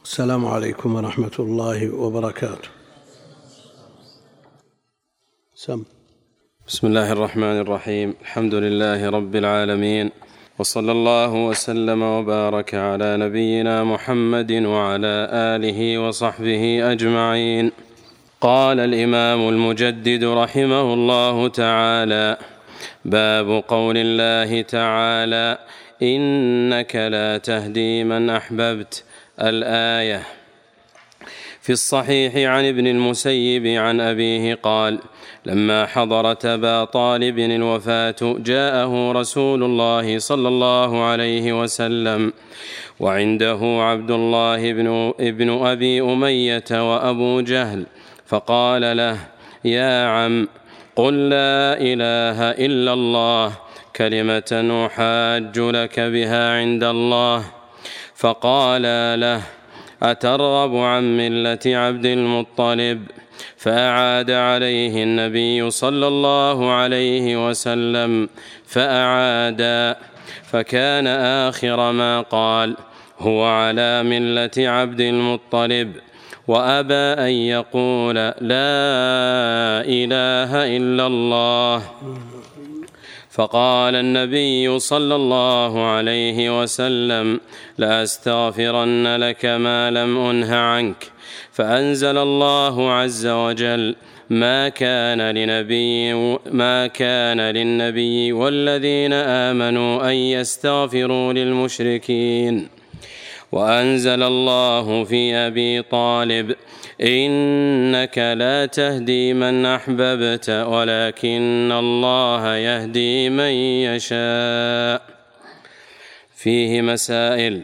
السلام عليكم ورحمة الله وبركاته. بسم الله الرحمن الرحيم. الحمد لله رب العالمين، وصلى الله وسلم وبارك على نبينا محمد وعلى آله وصحبه أجمعين. قال الإمام المجدد رحمه الله تعالى: باب قول الله تعالى: إنك لا تهدي من أحببت، الآية. في الصحيح عن ابن المسيب عن أبيه قال: لما حضرت أبا طالب الوفاة جاءه رسول الله صلى الله عليه وسلم وعنده عبد الله ابن أبي أمية وأبو جهل، فقال له: يا عم، قل لا إله إلا الله، كلمة أحاج لك بها عند الله. فقال له: أترغب عن ملة عبد المطلب؟ فأعاد عليه النبي صلى الله عليه وسلم فأعاد، فكان آخر ما قال: هو على ملة عبد المطلب، وأبى أن يقول لا إله إلا الله. فقال النبي صلى الله عليه وسلم: لأستغفرن لك ما لم أنه عنك. فأنزل الله عز وجل: ما كان للنبي والذين آمنوا أن يستغفروا للمشركين. وأنزل الله في أبي طالب: إنك لا تهدي من أحببت ولكن الله يهدي من يشاء. فيه مسائل.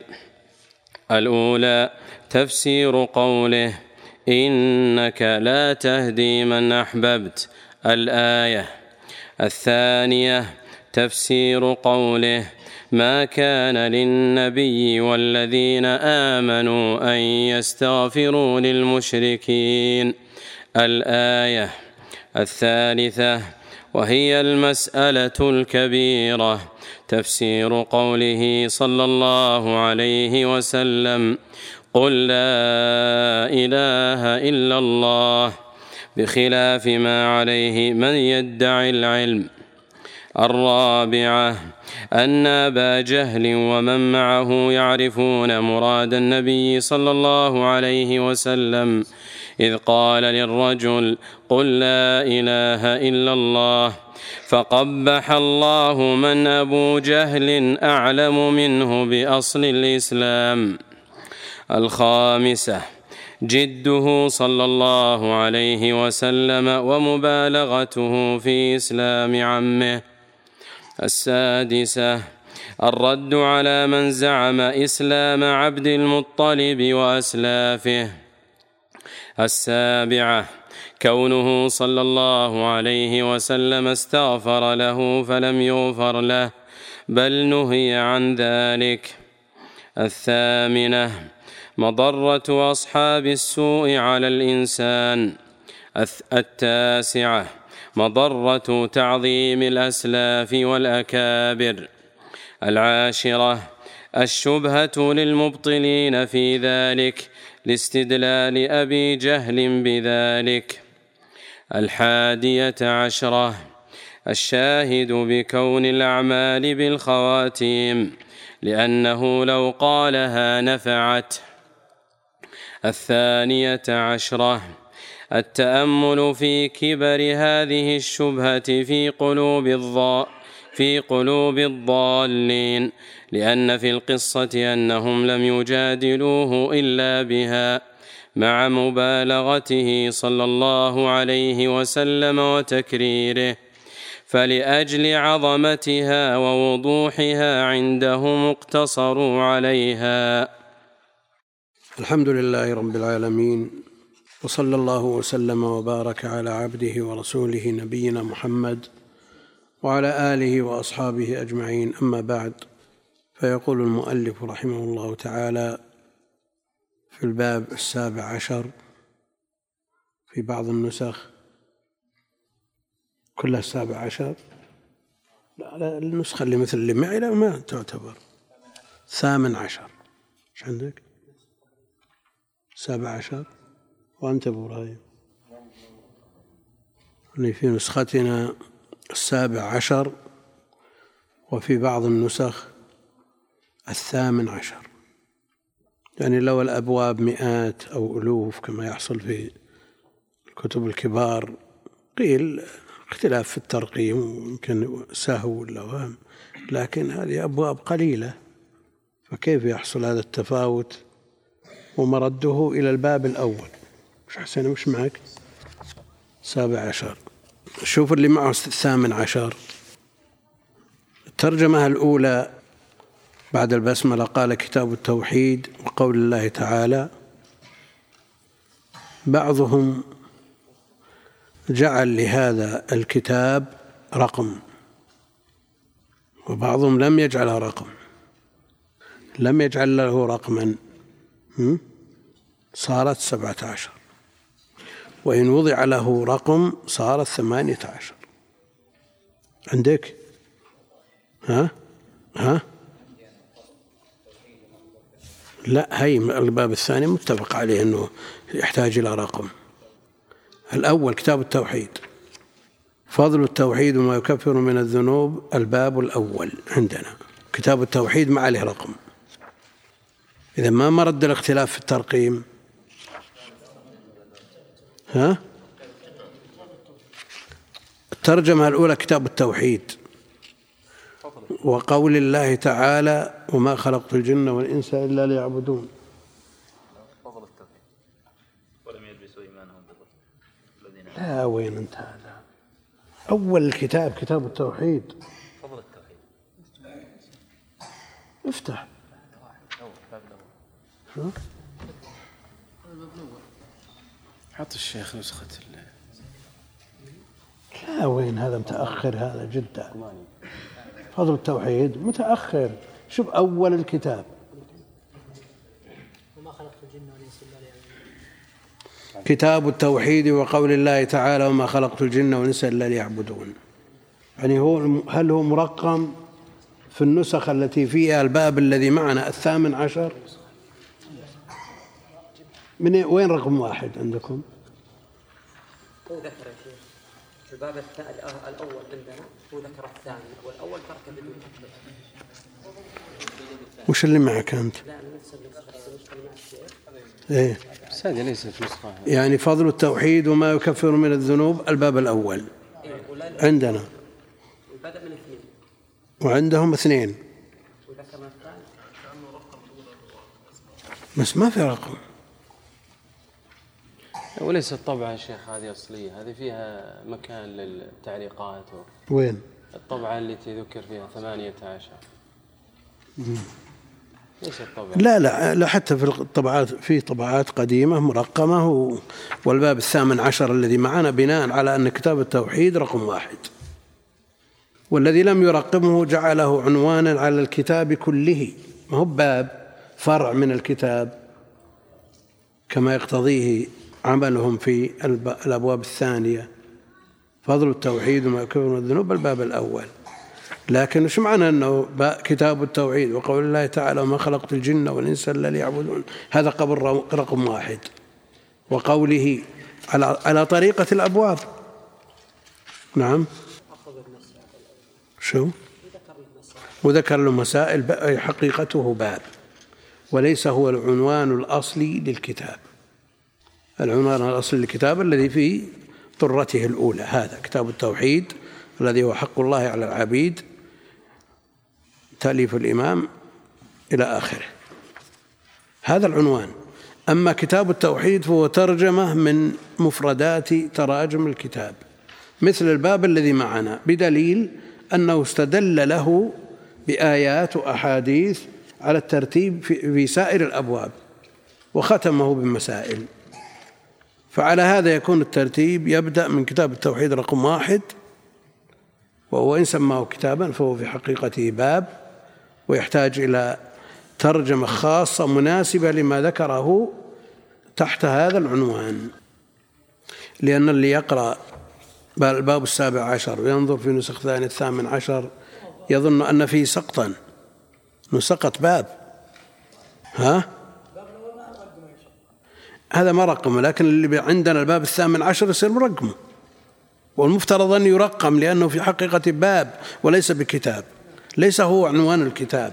الأولى: تفسير قوله إنك لا تهدي من أحببت، الآية. الثانية: تفسير قوله ما كان للنبي والذين آمنوا أن يستغفروا للمشركين، الآية. الثالثة وهي المسألة الكبيرة: تفسير قوله صلى الله عليه وسلم: قل لا إله إلا الله، بخلاف ما عليه من يدعي العلم. الرابعة: أن أبا جهل ومن معه يعرفون مراد النبي صلى الله عليه وسلم إذ قال للرجل: قل لا إله إلا الله، فقبح الله من أبو جهل أعلم منه بأصل الإسلام. الخامسة: جده صلى الله عليه وسلم ومبالغته في إسلام عمه. السادسة: الرد على من زعم إسلام عبد المطلب وأسلافه. السابعة: كونه صلى الله عليه وسلم استغفر له فلم يغفر له، بل نهي عن ذلك. الثامنة: مضرة أصحاب السوء على الإنسان. التاسعة: مضرة تعظيم الأسلاف والأكابر. العاشرة: الشبهة للمبطلين في ذلك لاستدلال أبي جهل بذلك. الحادية عشرة: الشاهد بكون الأعمال بالخواتيم، لأنه لو قالها نفعت. الثانية عشرة: التأمل في كبر هذه الشبهة في قلوب الضالين، لأن في القصة أنهم لم يجادلوه إلا بها، مع مبالغته صلى الله عليه وسلم وتكريره، فلأجل عظمتها ووضوحها عندهم اقتصروا عليها. الحمد لله رب العالمين، وصلى الله وسلم وبارك على عبده ورسوله نبينا محمد وعلى آله وأصحابه أجمعين. أما بعد، فيقول المؤلف رحمه الله تعالى في الباب 17 في بعض النسخ كلها 17. لا النسخة اللي مثل اللي معي لا ما تعتبر 18. ايش عندك؟ 17. وأنت أبو إبراهيم؟ في نسختنا 17، وفي بعض النسخ 18. يعني لو الأبواب مئات أو ألوف كما يحصل في الكتب الكبار قيل اختلاف في الترقيم ويمكن سهو ولا وهم، لكن هذه أبواب قليلة، فكيف يحصل هذا التفاوت؟ ومرده إلى الباب الأول. مش حسين مش معك 17؟ شوف اللي معه 18. الترجمة الأولى بعد البسملة قال كتاب التوحيد وقول الله تعالى. بعضهم جعل لهذا الكتاب رقم، وبعضهم لم يجعله رقم، لم يجعل له رقما، صارت 17، وإن وضع له رقم صارت 18. عندك؟ ها؟ لا، هي الباب الثاني متفق عليه أنه يحتاج إلى رقم. الأول كتاب التوحيد، فضل التوحيد وما يكفر من الذنوب، الباب الأول عندنا كتاب التوحيد ما عليه رقم. إذا ما مرد الاختلاف في الترقيم. ها؟ الترجمة الأولى كتاب التوحيد وقول الله تعالى وما خلقت الجن والإنس إلا ليعبدون. فضل التوحيد ولم يلبسوا إيمانهم بظلم. لا، وين انت هذا؟ أول الكتاب كتاب التوحيد. فضل التوحيد. افتح. شو؟ حط الشيخ نسخة لا، وين هذا متأخر هذا جدا. فضل التوحيد متأخر. شوف أول الكتاب وما خلقت الجن والإنس إلا ليعبدون. كتاب التوحيد وقول الله تعالى وما خلقت الجن والإنس إلا ليعبدون. يعني هل هو مرقم في النسخ التي فيها الباب الذي معنا 18؟ من وين رقم 1 عندكم؟ هو ذكر يا شيخ الباب الأول عندنا، هو ذكر الثاني والأول ترك بدون تطبيق. وش اللي معك أنت؟ لا، نفس النسخة مع الشيخ. إيه. هذه ليست نسخة. يعني فضل التوحيد وما يكفر من الذنوب الباب الأول عندنا، وبدأ من 2 وعندهم 2 وذكر من الثاني بس ما في رقم. وليس الطبعة يا شيخ هذه أصلية، هذه فيها مكان للتعليقات. وين الطبعة التي ذكر فيها 18 ليس الطبعة. لا، حتى في الطبعات، في طبعات قديمة مرقمة، والباب 18 الذي معنا بناء على أن كتاب التوحيد رقم 1، والذي لم يرقمه جعله عنوانا على الكتاب كله، ما هو باب فرع من الكتاب كما يقتضيه عملهم في الأبواب الثانية. فضل التوحيد وما يكفر من الذنوب الباب الأول. لكن مش معنى أنه كتاب التوحيد وقول الله تعالى وما خلقت الجن والإنس إلا ليعبدون هذا قبل رقم 1، وقوله على طريقة الأبواب. نعم. شو؟ وذكر له مسائل حقيقته باب، وليس هو العنوان الأصلي للكتاب. العنوان الأصلي للكتاب الذي في طرته الأولى هذا كتاب التوحيد الذي هو حق الله على العبيد، تأليف الإمام إلى آخره، هذا العنوان. أما كتاب التوحيد فهو ترجمة من مفردات تراجم الكتاب، مثل الباب الذي معنا، بدليل أنه استدل له بآيات وأحاديث على الترتيب في سائر الأبواب، وختمه بمسائل. فعلى هذا يكون الترتيب يبدأ من كتاب التوحيد رقم 1، وهو إن سماه كتابا فهو في حقيقته باب، ويحتاج إلى ترجمة خاصة مناسبة لما ذكره تحت هذا العنوان. لأن اللي يقرأ الباب 17 وينظر في نسخ ثانية 18 يظن أن فيه سقطا، نسقط باب. ها؟ هذا ما رقمه، لكن اللي عندنا الباب 18 يصير مرقمه، والمفترض أن يرقم لأنه في حقيقة باب وليس بكتاب، ليس هو عنوان الكتاب.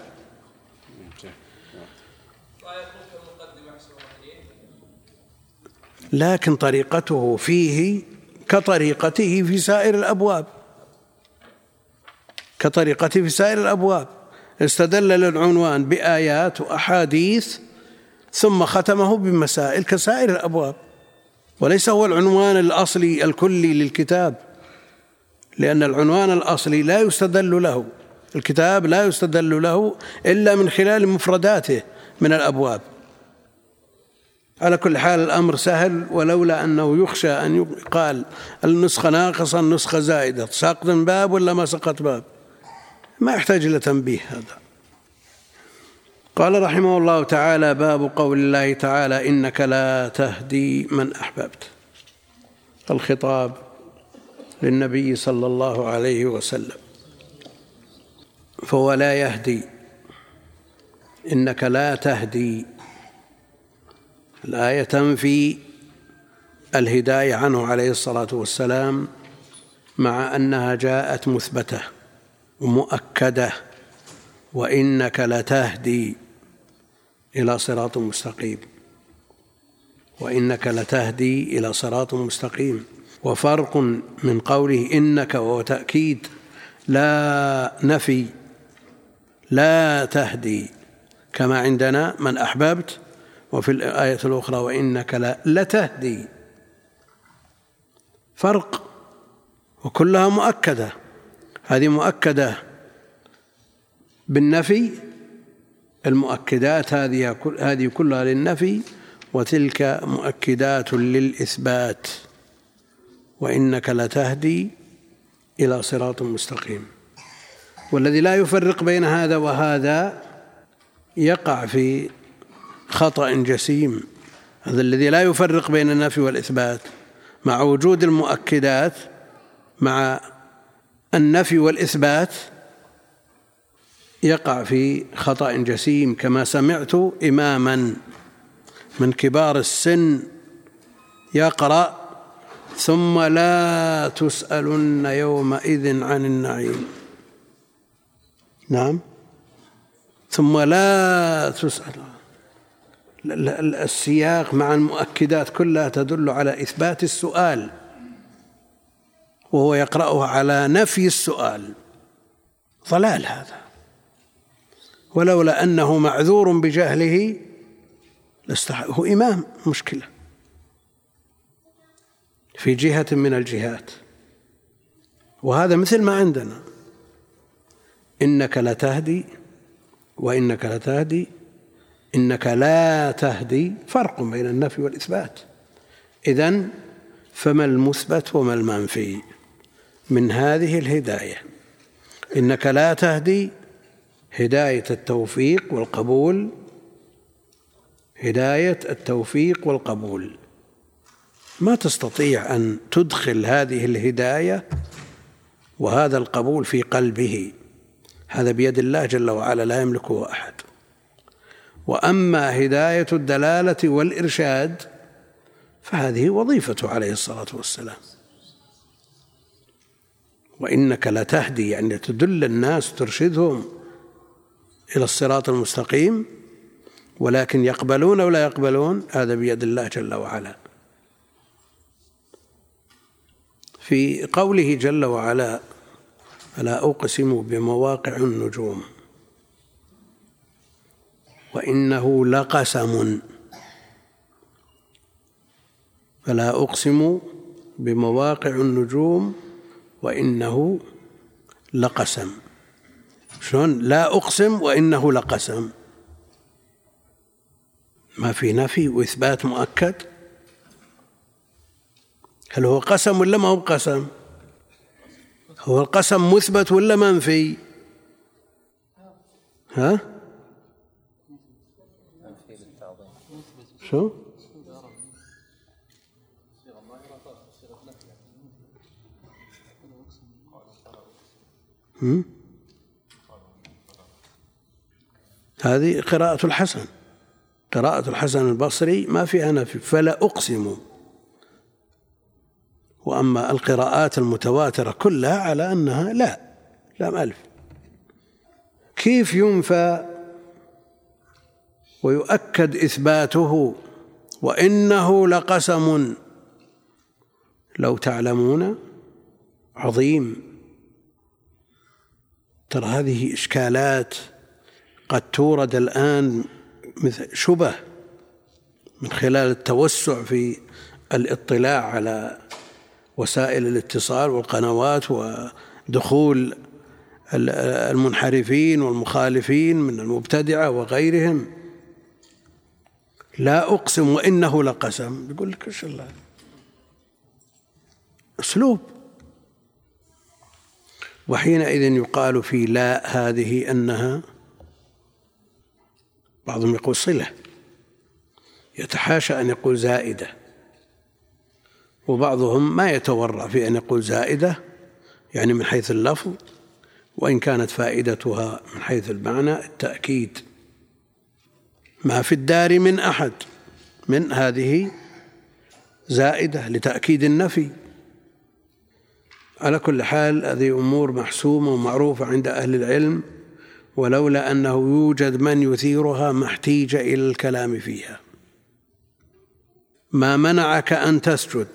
لكن طريقته فيه كطريقته في سائر الأبواب، كطريقته في سائر الأبواب، استدل للعنوان بآيات وأحاديث ثم ختمه بمسائل كسائر الأبواب، وليس هو العنوان الأصلي الكلي للكتاب، لأن العنوان الأصلي لا يستدل له، الكتاب لا يستدل له إلا من خلال مفرداته من الأبواب. على كل حال الأمر سهل، ولولا أنه يخشى أن يقال النسخة ناقصة النسخة زائدة، سقط باب ولا ما سقط باب، ما يحتاج إلى تنبيه هذا. قال رحمه الله تعالى: باب قول الله تعالى: إنك لا تهدي من أحببت. الخطاب للنبي صلى الله عليه وسلم، فهو لا يهدي، إنك لا تهدي. الآية تنفي الهداية عنه عليه الصلاة والسلام، مع أنها جاءت مثبتة ومؤكدة: وإنك لتهدي إلى صراط مستقيم، وإنك لتهدي إلى صراط مستقيم. وفرق من قوله إنك وهو تأكيد لا نفي، لا تهدي كما عندنا من أحببت، وفي الآية الأخرى وإنك لتهدي، فرق، وكلها مؤكدة. هذه مؤكدة بالنفي، المؤكدات هذه كلها للنفي، وتلك مؤكدات للإثبات: وإنك لتهدي إلى صراط مستقيم. والذي لا يفرق بين هذا وهذا يقع في خطأ جسيم. هذا الذي لا يفرق بين النفي والإثبات مع وجود المؤكدات، مع النفي والإثبات، يقع في خطأ جسيم. كما سمعت إماما من كبار السن يقرأ: ثم لا تسألن يومئذ عن النعيم. نعم، ثم لا تسألن. السياق مع المؤكدات كلها تدل على إثبات السؤال، وهو يقرأه على نفي السؤال. ضلال هذا، ولولا أنه معذور بجهله هو إمام، مشكلة في جهة من الجهات. وهذا مثل ما عندنا إنك لتهدي وإنك لتهدي، إنك لا تهدي، فرق بين النفي والإثبات. إذن فما المثبت وما المنفي من هذه الهداية؟ إنك لا تهدي هداية التوفيق والقبول، هداية التوفيق والقبول. ما تستطيع أن تدخل هذه الهداية وهذا القبول في قلبه، هذا بيد الله جل وعلا، لا يملكه أحد. وأما هداية الدلالة والإرشاد فهذه وظيفة عليه الصلاة والسلام. وإنك لتهدي يعني تدل الناس، ترشدهم إلى الصراط المستقيم، ولكن يقبلون أو لا يقبلون هذا بيد الله جل وعلا. في قوله جل وعلا: فلا أقسم بمواقع النجوم وإنه لقسم، فلا أقسم بمواقع النجوم وإنه لقسم. شلون لا أقسم وإنه لقسم؟ ما في نفي وإثبات مؤكد. هل هو قسم ولا ما هو قسم؟ هو القسم مثبت ولا منفي؟ ها؟ شو؟ هذه قراءة الحسن، قراءة الحسن البصري ما فيها نفي، فلا أقسم. وأما القراءات المتواترة كلها على أنها لا لام ألف. كيف ينفى ويؤكد إثباته؟ وإنه لقسم لو تعلمون عظيم. ترى هذه إشكالات قد تورد الآن مثل شبه من خلال التوسع في الاطلاع على وسائل الاتصال والقنوات ودخول المنحرفين والمخالفين من المبتدعة وغيرهم. لا أقسم وإنه لقسم، يقول لك إيش الله أسلوب. وحينئذ يقال في لا هذه أنها، بعضهم يقول صلة، يتحاشى أن يقول زائدة، وبعضهم ما يتورع في أن يقول زائدة يعني من حيث اللفظ، وإن كانت فائدتها من حيث المعنى التأكيد. ما في الدار من أحد، من هذه زائدة لتأكيد النفي. على كل حال هذه أمور محسومة ومعروفة عند أهل العلم، ولولا أنه يوجد من يثيرها ما احتيج إلى الكلام فيها. ما منعك أن تسجد،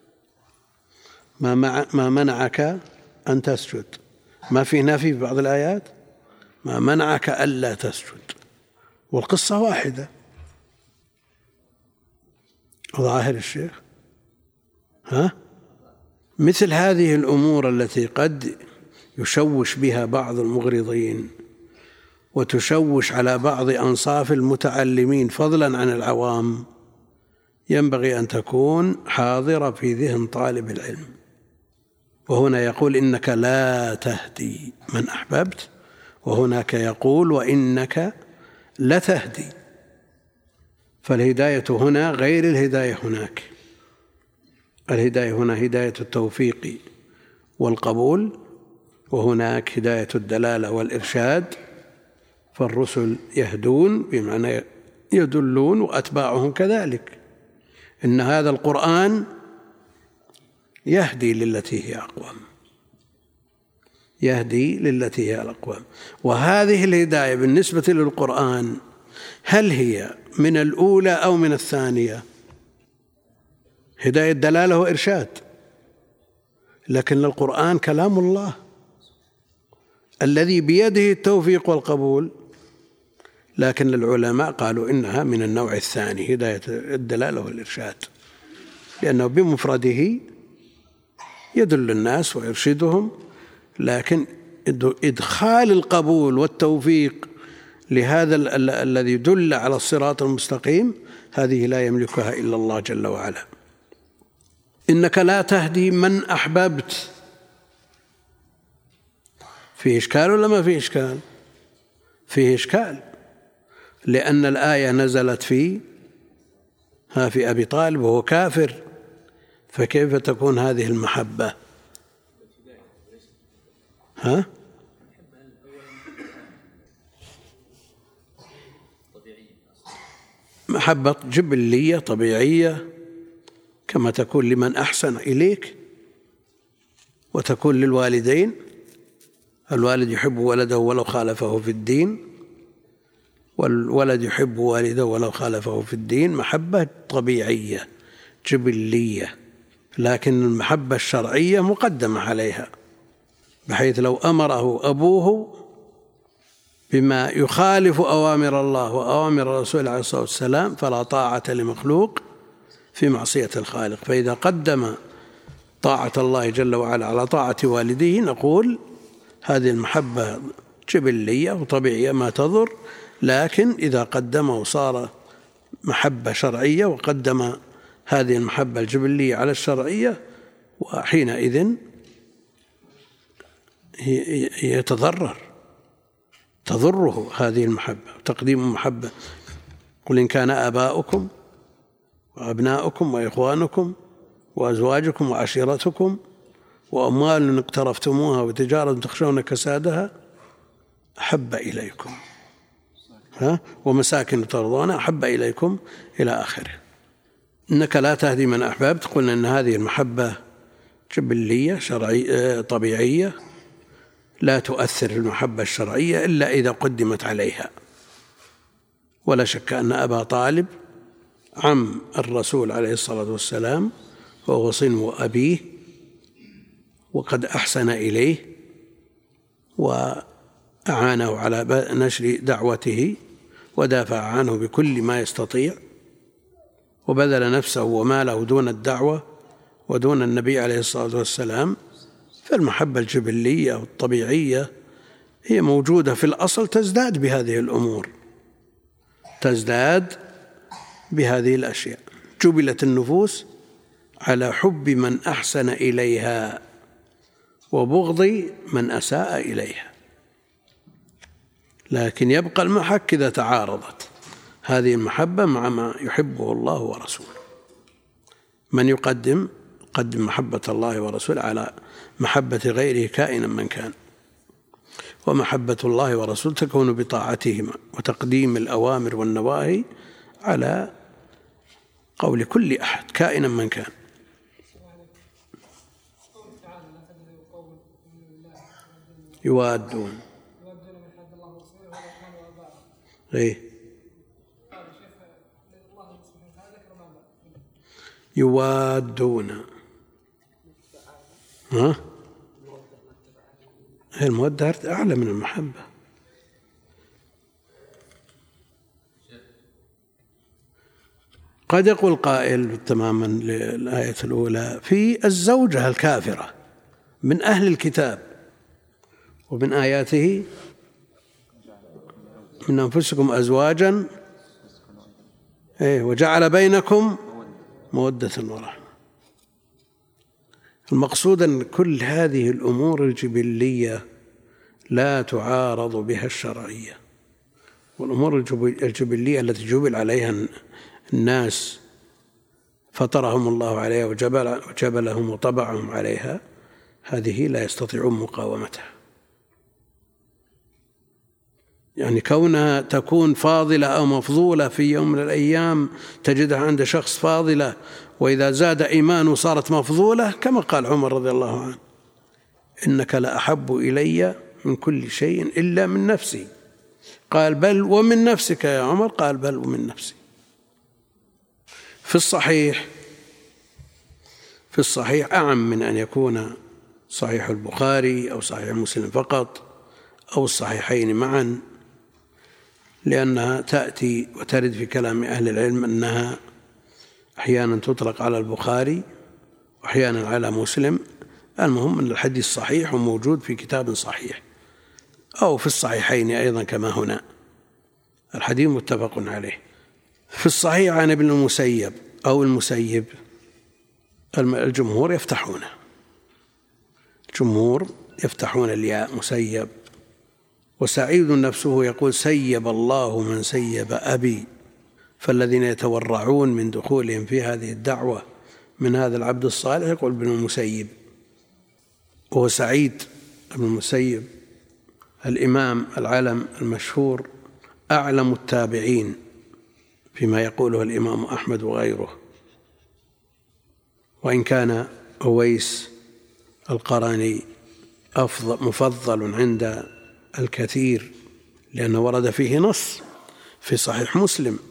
ما منعك أن تسجد، ما في نفي في بعض الآيات، ما منعك ألا تسجد، والقصة واحدة. ظاهر الشيخ مثل هذه الأمور التي قد يشوش بها بعض المغرضين وتشوش على بعض أنصاف المتعلمين فضلا عن العوام، ينبغي أن تكون حاضرة في ذهن طالب العلم. وهنا يقول إنك لا تهدي من أحببت، وهناك يقول وإنك لتهدي، فالهداية هنا غير الهداية هناك. الهداية هنا هداية التوفيق والقبول، وهناك هداية الدلالة والإرشاد. فالرسل يهدون بمعنى يدلون، وأتباعهم كذلك. إن هذا القرآن يهدي للتي هي أقوم، يهدي للتي هي الأقوم. وهذه الهداية بالنسبة للقرآن هل هي من الأولى أو من الثانية؟ هداية دلالة وإرشاد، لكن القرآن كلام الله الذي بيده التوفيق والقبول. لكن العلماء قالوا إنها من النوع الثاني، هداية الدلالة والإرشاد، لأنه بمفرده يدل الناس ويرشدهم، لكن إدخال القبول والتوفيق لهذا الذي دل على الصراط المستقيم هذه لا يملكها إلا الله جل وعلا. إنك لا تهدي من أحببت. فيه إشكال ولا ما فيه إشكال؟ فيه إشكال، لأن الآية نزلت في أبي طالب وهو كافر، فكيف تكون هذه المحبة؟ محبة جبلية طبيعية كما تكون لمن أحسن إليك، وتكون للوالدين. الوالد يحب ولده ولو خالفه في الدين، والولد يحب والده ولو خالفه في الدين. محبة طبيعية جبلية، لكن المحبة الشرعية مقدمة عليها، بحيث لو أمره أبوه بما يخالف أوامر الله وأوامر الرسول عليه الصلاة والسلام فلا طاعة لمخلوق في معصية الخالق. فإذا قدم طاعة الله جل وعلا على طاعة والديه نقول هذه المحبة جبلية وطبيعية ما تضر، لكن إذا قدمه صار محبة شرعية وقدم هذه المحبة الجبلية على الشرعية، وحينئذ تضره هذه المحبة. تقديم المحبة، قل إن كان آباؤكم وأبناؤكم وإخوانكم وأزواجكم وعشيرتكم وأموال اقترفتموها وتجارة تخشون كسادها أحب إليكم ومساكن ترضون أحب إليكم إلى آخره. إنك لا تهدي من أحببت، قلنا أن هذه المحبة جبلية شرعية طبيعية لا تؤثر المحبة الشرعية إلا إذا قدمت عليها. ولا شك أن أبا طالب عم الرسول عليه الصلاة والسلام وهو صنو أبيه، وقد أحسن إليه وأعانه على نشر دعوته ودافع عنه بكل ما يستطيع، وبذل نفسه وماله دون الدعوة ودون النبي عليه الصلاة والسلام. فالمحبة الجبلية والطبيعية هي موجودة في الأصل، تزداد بهذه الأمور، تزداد بهذه الأشياء. جبلت النفوس على حب من أحسن إليها وبغض من أساء إليها، لكن يبقى المحك إذا تعارضت هذه المحبة مع ما يحبه الله ورسوله. من قدم محبة الله ورسوله على محبة غيره كائنا من كان. ومحبة الله ورسوله تكون بطاعتهما وتقديم الأوامر والنواهي على قول كل أحد كائنا من كان. يوادون يوادون المودة أعلى من المحبة. قد يقول قائل تماما للآية الأولى في الزوجة الكافرة من أهل الكتاب، ومن آياته من أنفسكم أزواجا وجعل بينكم مودة ورحمة. المقصود أن كل هذه الأمور الجبلية لا تعارض بها الشرعية، والأمور الجبلية التي جبل عليها الناس فطرهم الله عليها وجبلهم وطبعهم عليها، هذه لا يستطيعون مقاومتها. يعني كونها تكون فاضلة أو مفضولة في يوم من الأيام تجدها عند شخص فاضلة، وإذا زاد إيمانه صارت مفضولة، كما قال عمر رضي الله عنه: إنك لأحب إلي من كل شيء إلا من نفسي. قال: بل ومن نفسك يا عمر؟ قال: بل ومن نفسي. في الصحيح أعم من أن يكون صحيح البخاري أو صحيح مسلم فقط أو الصحيحين معا، لأنها تأتي وترد في كلام أهل العلم أنها أحيانا تطلق على البخاري وأحيانا على مسلم. المهم أن الحديث صحيح وموجود في كتاب صحيح أو في الصحيحين أيضا كما هنا، الحديث متفق عليه. في الصحيح عن ابن المسيب أو المسيب، الجمهور يفتحون الياء مسيب. وسعيد نفسه يقول: سيب الله من سيب أبي. فالذين يتورعون من دخولهم في هذه الدعوة من هذا العبد الصالح يقول ابن المسيب. وهو سعيد ابن المسيب الإمام العلم المشهور، أعلم التابعين فيما يقوله الإمام أحمد وغيره. وإن كان أويس القرني مفضل عند الكثير لأنه ورد فيه نص في صحيح مسلم،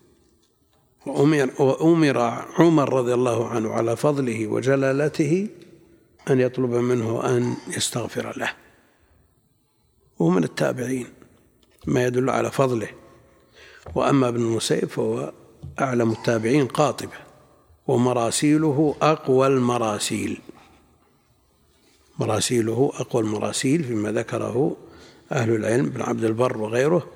وأمر عمر رضي الله عنه على فضله وجلالته أن يطلب منه أن يستغفر له، ومن التابعين ما يدل على فضله. وأما ابن المسيب فهو أعلم التابعين قاطبة، ومراسيله أقوى المراسيل، مراسيله أقوى المراسيل فيما ذكره أهل العلم بن عبد البر وغيره.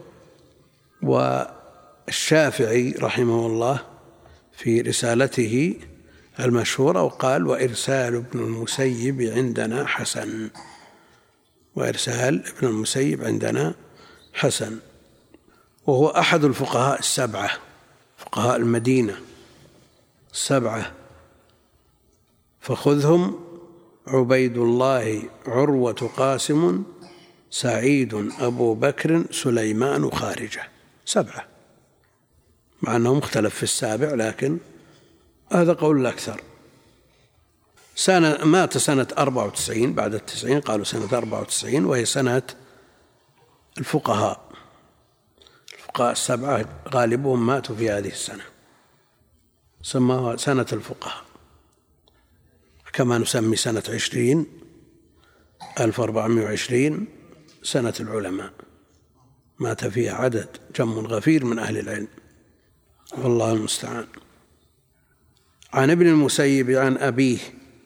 والشافعي رحمه الله في رسالته المشهورة وقال: وإرسال ابن المسيب عندنا حسن، وإرسال ابن المسيب عندنا حسن. وهو أحد الفقهاء السبعة، فقهاء المدينة السبعة، فخذهم: عبيد الله، عروة، قاسم، سعيد، أبو بكر، سليمان، خارجة. 7، مع أنه مختلف في السابع، لكن هذا قول الأكثر. مات سنة 94 بعد 90، قالوا سنة 94، وهي سنة الفقهاء 7 غالبهم ماتوا في هذه السنة، سموها سنة الفقهاء، كما نسمي سنة 1420 سنة العلماء، مات فيها عدد جم غفير من أهل العلم، والله المستعان. عن ابن المسيب عن أبيه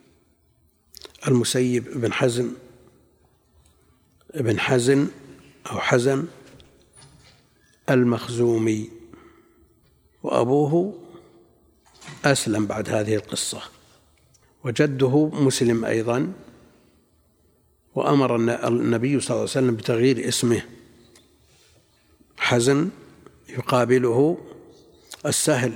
المسيب بن حزن أو حزن المخزومي، وأبوه أسلم بعد هذه القصة، وجده مسلم أيضا، وأمر النبي صلى الله عليه وسلم بتغيير اسمه حزن يقابله السهل،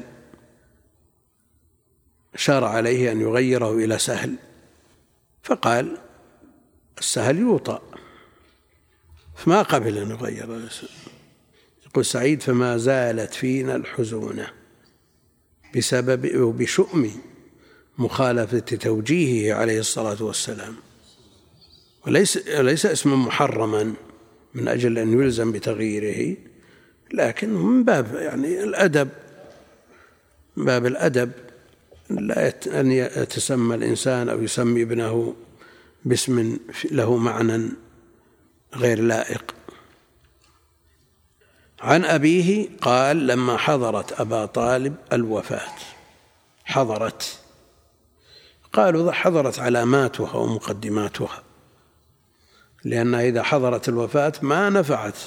شرع عليه أن يغيره إلى سهل، فقال السهل يوطأ، فما قبل أن يغير الاسم. يقول سعيد فما زالت فينا الحزونة بسبب وبشؤم مخالفة توجيهه عليه الصلاة والسلام، وليس اسما محرما من أجل أن يلزم بتغييره، لكن من باب يعني الأدب، من باب الأدب لا أن يتسمى الإنسان أو يسمي ابنه باسم له معنى غير لائق. عن أبيه قال لما حضرت أبا طالب الوفاة، حضرت، قالوا حضرت علاماتها ومقدماتها، لأن إذا حضرت الوفاة ما نفعت،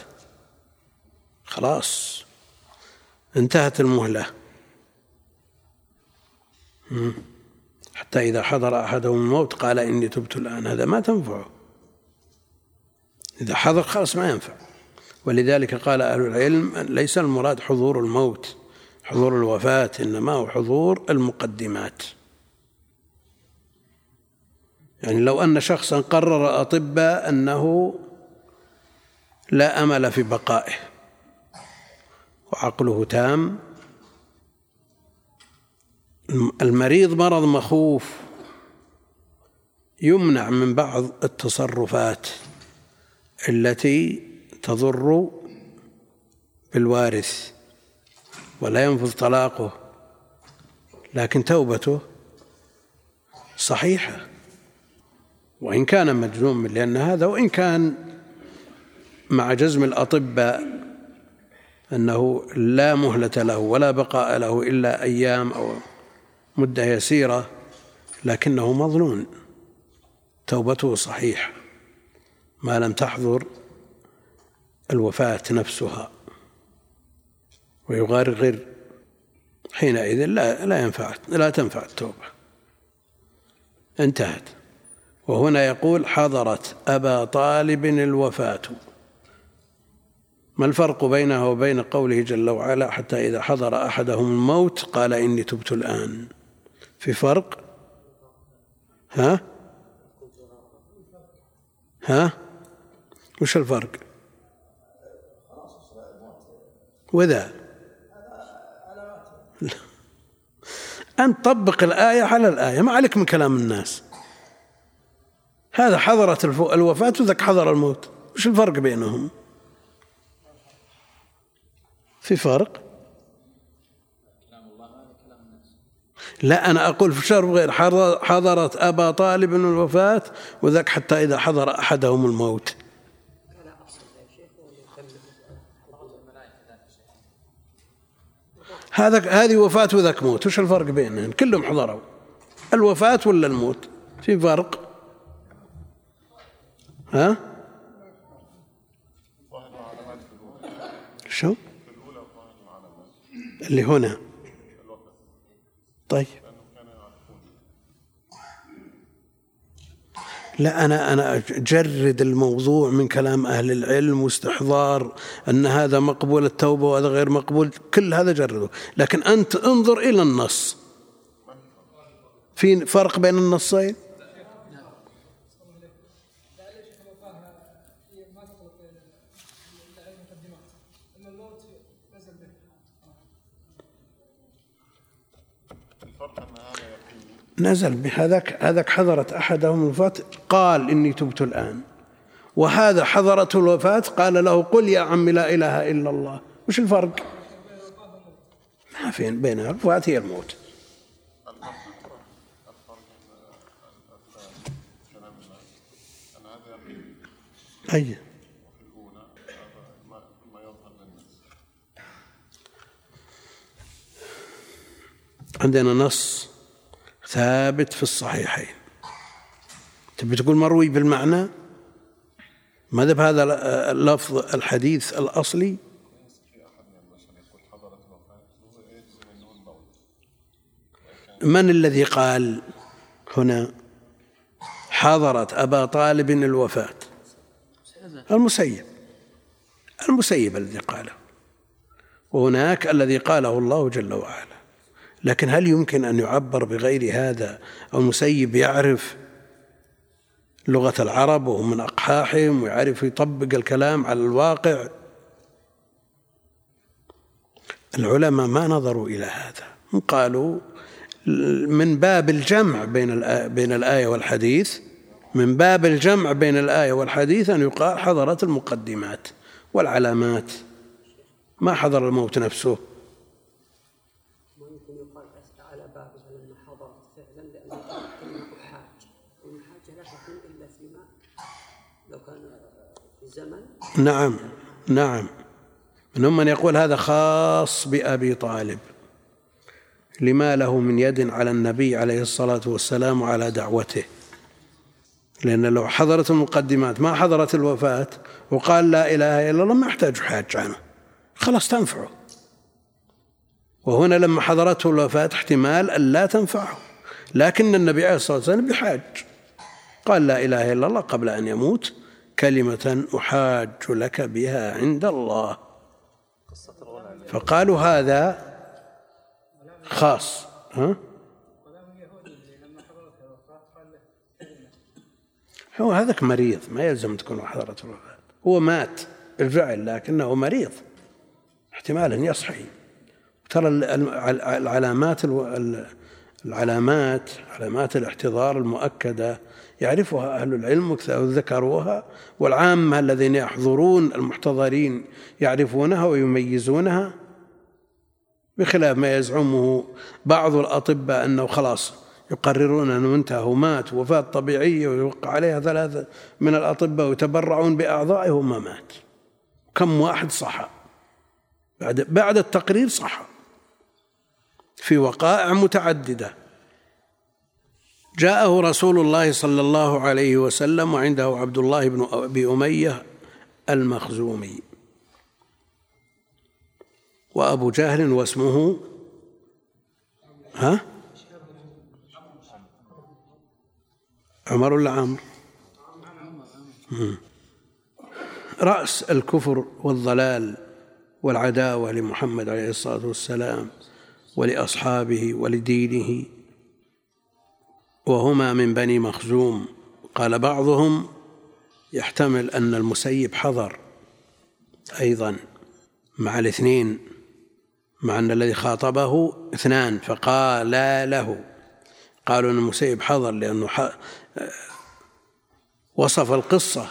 خلاص انتهت المهلة، حتى إذا حضر أحدهم الموت قال إني تبت الآن، هذا ما تنفعه، إذا حضر خلاص ما ينفع. ولذلك قال أهل العلم ليس المراد حضور الموت، حضور الوفاة، إنما هو حضور المقدمات. يعني لو أن شخصا قرر أطباء أنه لا أمل في بقائه وعقله تام، المريض مرض مخوف يمنع من بعض التصرفات التي تضر بالوارث ولا ينفذ طلاقه، لكن توبته صحيحة وإن كان مجنون، لأن هذا وإن كان مع جزم الأطباء أنه لا مهلة له ولا بقاء له إلا أيام أو مدة يسيرة، لكنه مظنون، توبته صحيحة ما لم تحضر الوفاة نفسها ويغرغر، حينئذ لا تنفع التوبة، انتهت. وهنا يقول حضرت أبا طالب الوفاة، ما الفرق بينه وبين قوله جل وعلا حتى إذا حضر أحدهم الموت قال إني تبت الآن؟ في فرق؟ ها وش الفرق؟ وذا أن تطبق الآية على الآية، ما عليك من كلام الناس. هذا حضرت الوفاة وذاك حضر الموت، وش الفرق بينهم؟ في فرق؟ لا، أنا أقول في شرب غير حضرت أبا طالب الوفاة وذاك حتى إذا حضر أحدهم الموت. هذه وفاة وذاك موت، وش الفرق بينهم؟ كلهم حضروا الوفاة ولا الموت؟ في فرق؟ ها؟ شو؟ اللي هنا طيب. لا، أنا أجرد الموضوع من كلام أهل العلم واستحضار أن هذا مقبول التوبة وهذا غير مقبول، كل هذا جرده، لكن أنت انظر إلى النص، في فرق بين النصين؟ نزل بهذاك حضرت أحدهم الوفاة قال إني تبت الآن، وهذا حضرته الوفاة قال له قل يا عم لا إله إلا الله. وش الفرق؟ ما في بينها الوفاة هي الموت. أي عندنا نص ثابت في الصحيحين، تبي تقول مروي بالمعنى؟ ماذا بهذا اللفظ الحديث الأصلي؟ من الذي قال هنا حضرت أبا طالب الوفاة؟ المسيب الذي قاله، وهناك الذي قاله الله جل وعلا. لكن هل يمكن أن يعبر بغير هذا؟ المسيب يعرف لغة العرب وهو من أقحاحهم ويعرف يطبق الكلام على الواقع. العلماء ما نظروا إلى هذا، هم قالوا من باب الجمع بين الآية والحديث، من باب الجمع بين الآية والحديث أن يقال حضرت المقدمات والعلامات، ما حضر الموت نفسه. ممكن يقال على بابها لما حضرت فعلا لأنه حاج، والحاجة لا تكون إلا فيما لو كان في زمن. نعم منهم من يقول هذا خاص بأبي طالب لما له من يد على النبي عليه الصلاة والسلام وعلى دعوته، لأن لو حضرت المقدمات ما حضرت الوفاة وقال لا إله إلا الله ما يحتاج حاج عنه، خلاص تنفعه. وهنا لما حضرته الوفاة احتمال أن لا تنفعه، لكن النبي عليه الصلاة والسلام بحاج قال لا إله إلا الله قبل أن يموت كلمة أحاج لك بها عند الله، فقالوا هذا خاص. هو هذاك مريض، ما يلزم تكون حضرته الوفاة، هو مات بالفعل لكنه مريض، احتمال أن يصحي. ترى علامات الاحتضار المؤكدة يعرفها أهل العلم وذكروها، والعامة الذين يحضرون المحتضرين يعرفونها ويميزونها، بخلاف ما يزعمه بعض الأطباء أنه خلاص يقررون أنه انتهى ومات وفاة طبيعية ويوقع عليها 3 من الأطباء ويتبرعون بأعضائه وما مات. كم واحد صح بعد التقرير صح في وقائع متعددة. جاءه رسول الله صلى الله عليه وسلم وعنده عبد الله بن أبي أمية المخزومي وأبو جهل واسمه عمر ولا عمرو؟ رأس الكفر والضلال والعداوة لمحمد عليه الصلاة والسلام ولأصحابه ولدينه، وهما من بني مخزوم. قال بعضهم يحتمل أن المسيب حضر أيضا مع الاثنين، مع أن الذي خاطبه 2 فقال له، قالوا أن المسيب حضر لأنه وصف القصة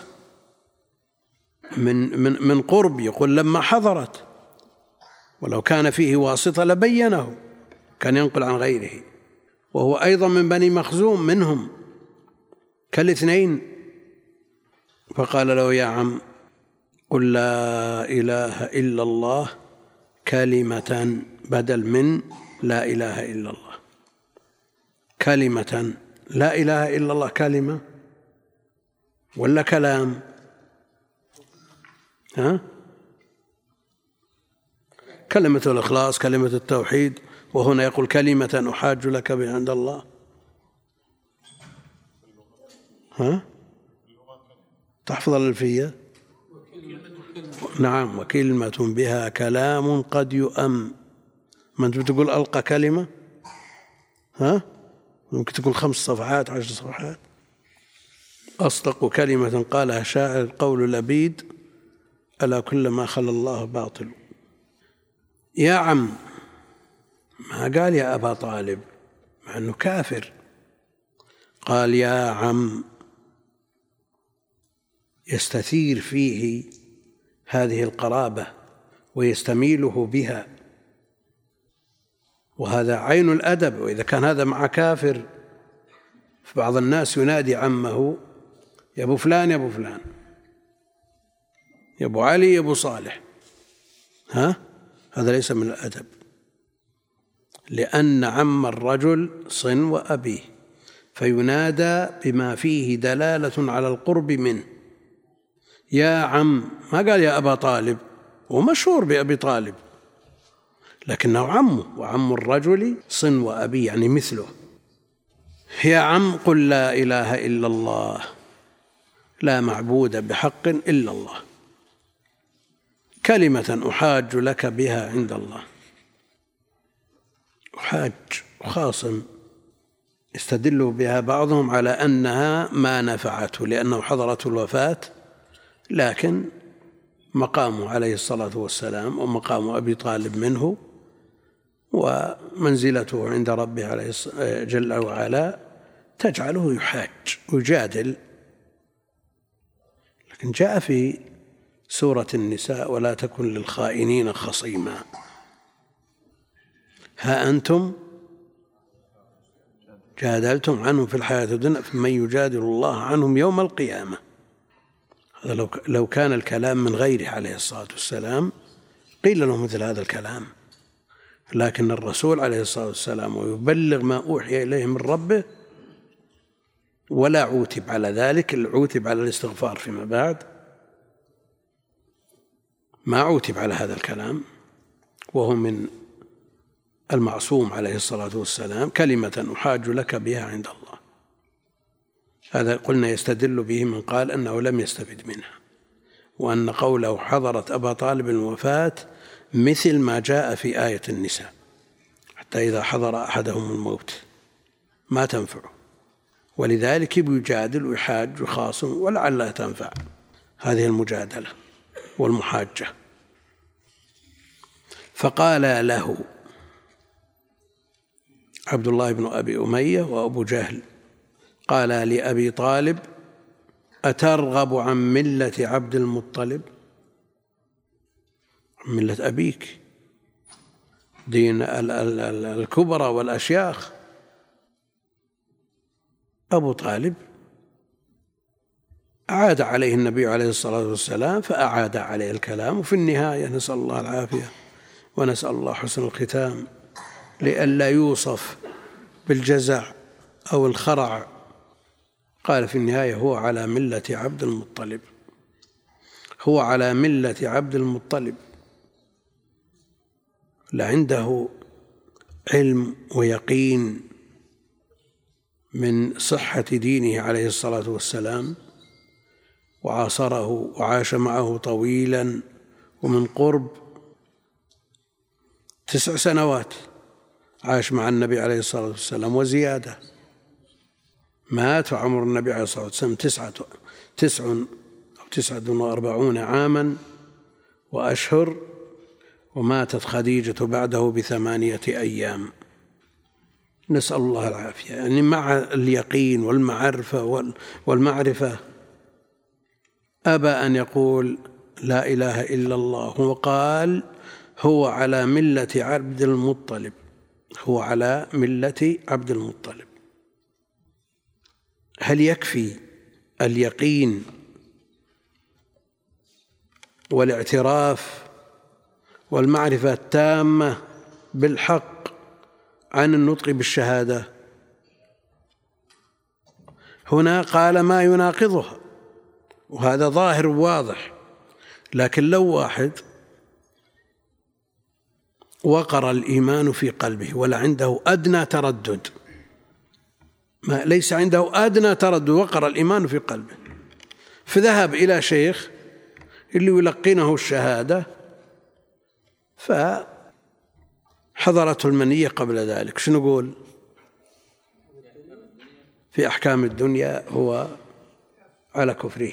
من قرب، يقول لما حضرت، ولو كان فيه واسطة لبينه، كان ينقل عن غيره، وهو أيضا من بني مخزوم منهم كالاثنين. فقال له يا عم قل لا إله إلا الله كلمة بدل من لا إله إلا الله، كلمة. لا إله إلا الله كلمة ولا كلام؟ كلمة الإخلاص، كلمة التوحيد، وهنا يقول كلمة أحاج لك بها عند الله. تحفظ الألفية؟ نعم. وكلمة بها كلام قد يؤم. ما أنت بتقول ألقى كلمة؟ ممكن تقول 5 صفحات 10 صفحات. أصدق كلمة قالها شاعر قول لبيد ألا كل ما خلى الله باطل. يا عم، ما قال يا أبا طالب، مع أنه كافر. قال يا عم، يستثير فيه هذه القرابة ويستميله بها، وهذا عين الأدب. وإذا كان هذا مع كافر، فبعض الناس ينادي عمه يا أبو فلان يا أبو فلان، يا أبو علي يا أبو صالح، هذا ليس من الأدب، لأن عم الرجل صن وأبيه، فينادى بما فيه دلالة على القرب منه. يا عم، ما قال يا أبا طالب، هو مشهور بأبي طالب، لكنه عمه، وعم الرجل صن وأبيه يعني مثله. يا عم قل لا إله إلا الله، لا معبود بحق إلا الله، كلمة أحاج لك بها عند الله. أحاج وخاصم، يستدل بها بعضهم على أنها ما نفعته لأنه حضرته الوفاة، لكن مقامه عليه الصلاة والسلام ومقام أبي طالب منه ومنزلته عند ربه عليه جل وعلا تجعله يحاج ويجادل. لكن جاء في سورة النساء ولا تكن للخائنين خصيما، ها أنتم جادلتم عنهم في الحياة الدنيا فمن يجادل الله عنهم يوم القيامة. هذا لو كان الكلام من غيره عليه الصلاة والسلام قيل له مثل هذا الكلام، لكن الرسول عليه الصلاة والسلام ويبلغ ما أوحي إليه من ربه، ولا عوتب على ذلك، عوتب على الاستغفار فيما بعد، ما عوتب على هذا الكلام، وهو من المعصوم عليه الصلاة والسلام، كلمة أحاج لك بها عند الله. هذا قلنا يستدل به من قال أنه لم يستفد منها، وأن قوله حضرت أبا طالب الوفاة مثل ما جاء في آية النساء، حتى إذا حضر أحدهم الموت ما تنفعه، ولذلك يجادل ويحاج ويخاصم، ولعلها تنفع هذه المجادلة والمحاجة. فقال له عبد الله بن أبي أمية وأبو جهل، قال لأبي طالب أترغب عن ملة عبد المطلب، ملة أبيك، دين الكبرى والأشياخ. أبو طالب أعاد عليه النبي عليه الصلاة والسلام، فأعاد عليه الكلام، وفي النهاية نسأل الله العافية ونسأل الله حسن الختام لئلا يوصف بالجزع أو الخرع. قال في النهاية هو على ملة عبد المطلب، هو على ملة عبد المطلب، لعنده علم ويقين من صحة دينه عليه الصلاة والسلام، وعاصره وعاش معه طويلا ومن قرب 9 سنوات عاش مع النبي عليه الصلاة والسلام وزيادة. مات وعمر النبي عليه الصلاة والسلام 49 عاما وأشهر، وماتت خديجة بعده ب8 أيام. نسأل الله العافية. يعني مع اليقين والمعرفة أبى أن يقول لا إله إلا الله، وقال هو على ملة عبد المطلب، هو على ملة عبد المطلب. هل يكفي اليقين والاعتراف والمعرفة التامة بالحق عن النطق بالشهادة؟ هنا قال ما يناقضها، وهذا ظاهر واضح. لكن لو واحد وقر الإيمان في قلبه ولا عنده أدنى تردد، ليس عنده أدنى تردد، وقر الإيمان في قلبه، فذهب إلى شيخ اللي يلقنه الشهادة فحضرته المنية قبل ذلك، شنو نقول في أحكام الدنيا؟ هو على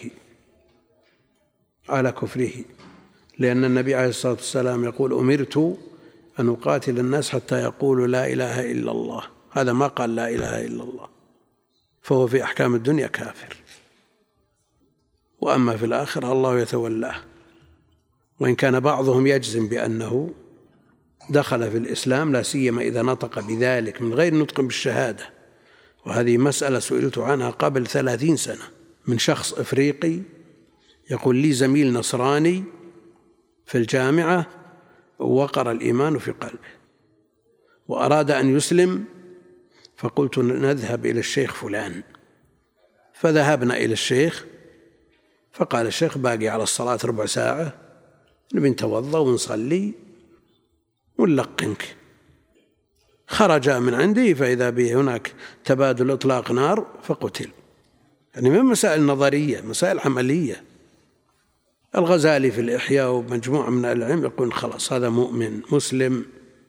كفره، لأن النبي عليه الصلاة والسلام يقول أمرت أن أقاتل الناس حتى يقولوا لا إله إلا الله، هذا ما قال لا إله إلا الله، فهو في أحكام الدنيا كافر، وأما في الآخرة الله يتولاه. وإن كان بعضهم يجزم بأنه دخل في الإسلام، لا سيما إذا نطق بذلك من غير نطق بالشهادة، وهذه مسألة سئلت عنها قبل 30 سنة من شخص إفريقي يقول لي زميل نصراني في الجامعة وقر الإيمان في قلبه وأراد أن يسلم، فقلت نذهب إلى الشيخ فلان، فذهبنا إلى الشيخ، فقال الشيخ باقي على الصلاة ربع ساعة، نبي نتوضأ ونصلي ونلقنك. خرج من عندي فإذا به هناك تبادل إطلاق نار فقتل. يعني من مسائل نظرية، مسائل عملية. الغزالي في الإحياء ومجموعة من العلم يقول خلاص هذا مؤمن مسلم،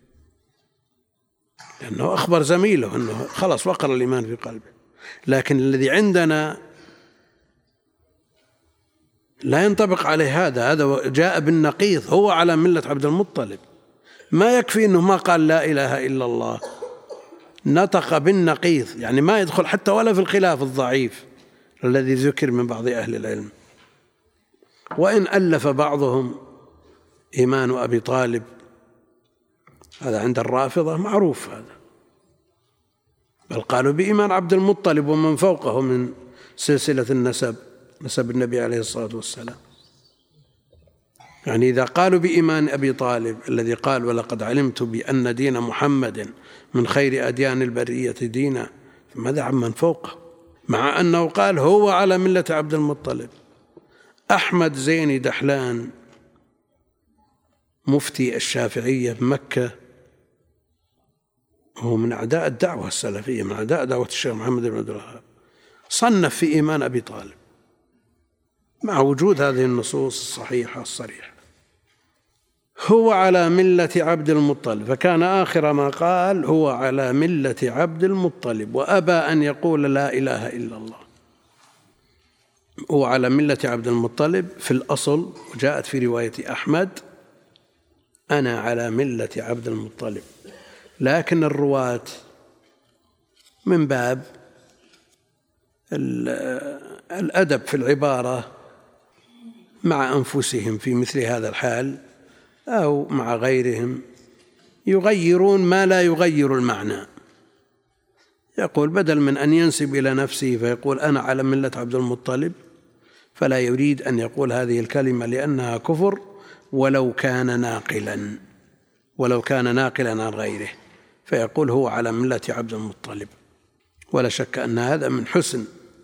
لأنه أخبر زميله أنه خلاص وقر الإيمان في قلبه. لكن الذي عندنا لا ينطبق عليه هذا جاء بالنقيض، هو على ملة عبد المطلب. ما يكفي أنه ما قال لا إله إلا الله، نطق بالنقيض، يعني ما يدخل حتى ولا في الخلاف الضعيف الذي ذكر من بعض أهل العلم. وإن ألف بعضهم إيمان أبي طالب، هذا عند الرافضة معروف هذا، بل قالوا بإيمان عبد المطلب ومن فوقه من سلسلة النسب، نسب النبي عليه الصلاة والسلام. يعني إذا قالوا بإيمان أبي طالب الذي قال ولقد علمت بأن دين محمد من خير أديان البرية دينا، فماذا عمن فوقه؟ مع أنه قال هو على ملة عبد المطلب. أحمد زيني دحلان مفتي الشافعية بمكة، هو من أعداء الدعوة السلفية، من أعداء دعوة الشيخ محمد بن عبد الوهاب، صنف في إيمان أبي طالب مع وجود هذه النصوص الصحيحة الصريحة. هو على ملة عبد المطلب، فكان آخر ما قال هو على ملة عبد المطلب، وأبى أن يقول لا إله إلا الله. هو على ملة عبد المطلب في الأصل، وجاءت في رواية أحمد أنا على ملة عبد المطلب، لكن الرواة من باب الأدب في العبارة مع أنفسهم في مثل هذا الحال أو مع غيرهم يغيرون ما لا يغير المعنى. يقول بدل من أن ينسب إلى نفسه فيقول أنا على ملة عبد المطلب، فلا يريد أن يقول هذه الكلمة لأنها كفر ولو كان ناقلا عن غيره، فيقول هو على ملة عبد المطلب. ولا شك أن هذا من حسن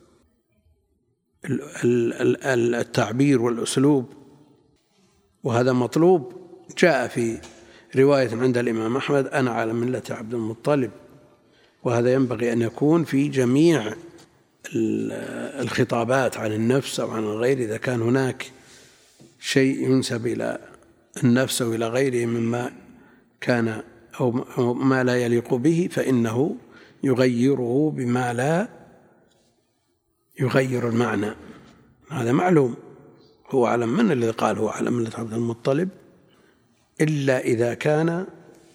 التعبير والأسلوب، وهذا مطلوب. جاء في رواية عند الإمام أحمد أنا على ملة عبد المطلب، وهذا ينبغي أن يكون في جميع الخطابات عن النفس أو عن الغير. إذا كان هناك شيء ينسب إلى النفس أو إلى غيره مما كان أو ما لا يليق به، فإنه يغيره بما لا يغير المعنى. هذا معلوم. هو على من الذي قال هو على ملة عبد المطلب؟ إلا إذا كان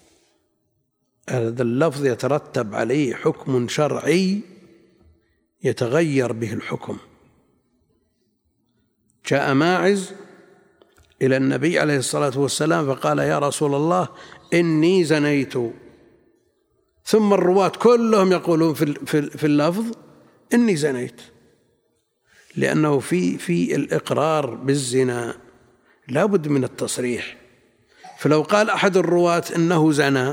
هذا اللفظ يترتب عليه حكم شرعي يتغير به الحكم. جاء ماعز إلى النبي عليه الصلاة والسلام فقال يا رسول الله إني زنيت، ثم الرواة كلهم يقولون في اللفظ إني زنيت، لأنه في الإقرار بالزنا لا بد من التصريح. فلو قال أحد الرواة إنه زنى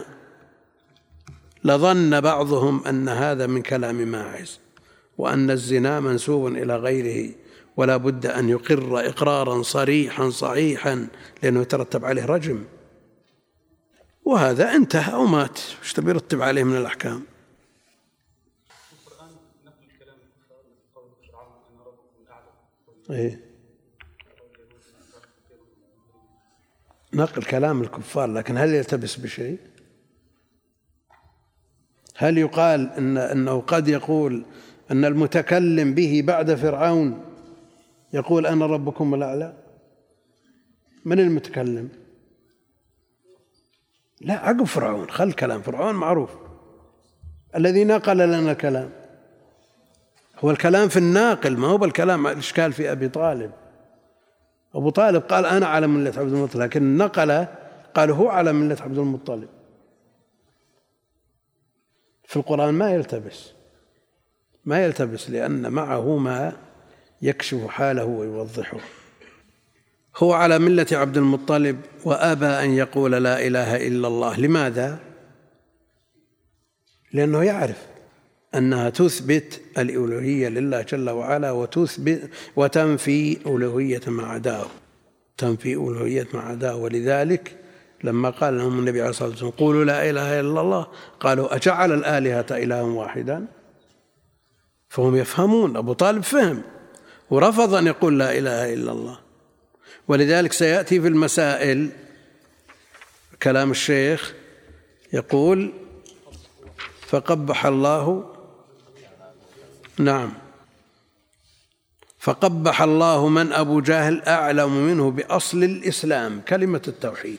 لظن بعضهم أن هذا من كلام ماعز، وأن الزنا منسوب إلى غيره، ولا بد أن يقر إقرارا صريحا صحيحا لأنه يترتب عليه رجم، وهذا انتهى أو مات، وش تبي يرتب عليه من الأحكام؟ نقل كلام الكفار، لكن هل يلتبس بشيء؟ هل يقال أنه قد يقول أن المتكلم به بعد فرعون يقول أنا ربكم الأعلى؟ من المتكلم؟ لا، عقب فرعون، خل كلام فرعون معروف. الذي نقل لنا الكلام. هو الكلام في الناقل، ما هو بالكلام. الإشكال في أبي طالب. أبو طالب قال أنا على ملة عبد المطلب، لكن نقل قال هو على ملة عبد المطلب. في القرآن ما يلتبس لأن معه ما يكشف حاله ويوضحه. هو على ملة عبد المطلب وأبى أن يقول لا إله إلا الله. لماذا؟ لأنه يعرف أنها تثبت الألوهية لله جل وعلا وتنفي ألوهية ما عداه. ولذلك لما قال لهم النبي عليه الصلاة والسلام قولوا لا إله إلا الله قالوا أجعل الآلهة إلها واحدا؟ فهم يفهمون. أبو طالب فهم ورفض أن يقول لا إله إلا الله. ولذلك سيأتي في المسائل كلام الشيخ يقول فقبح الله من أبو جهل أعلم منه بأصل الإسلام كلمة التوحيد.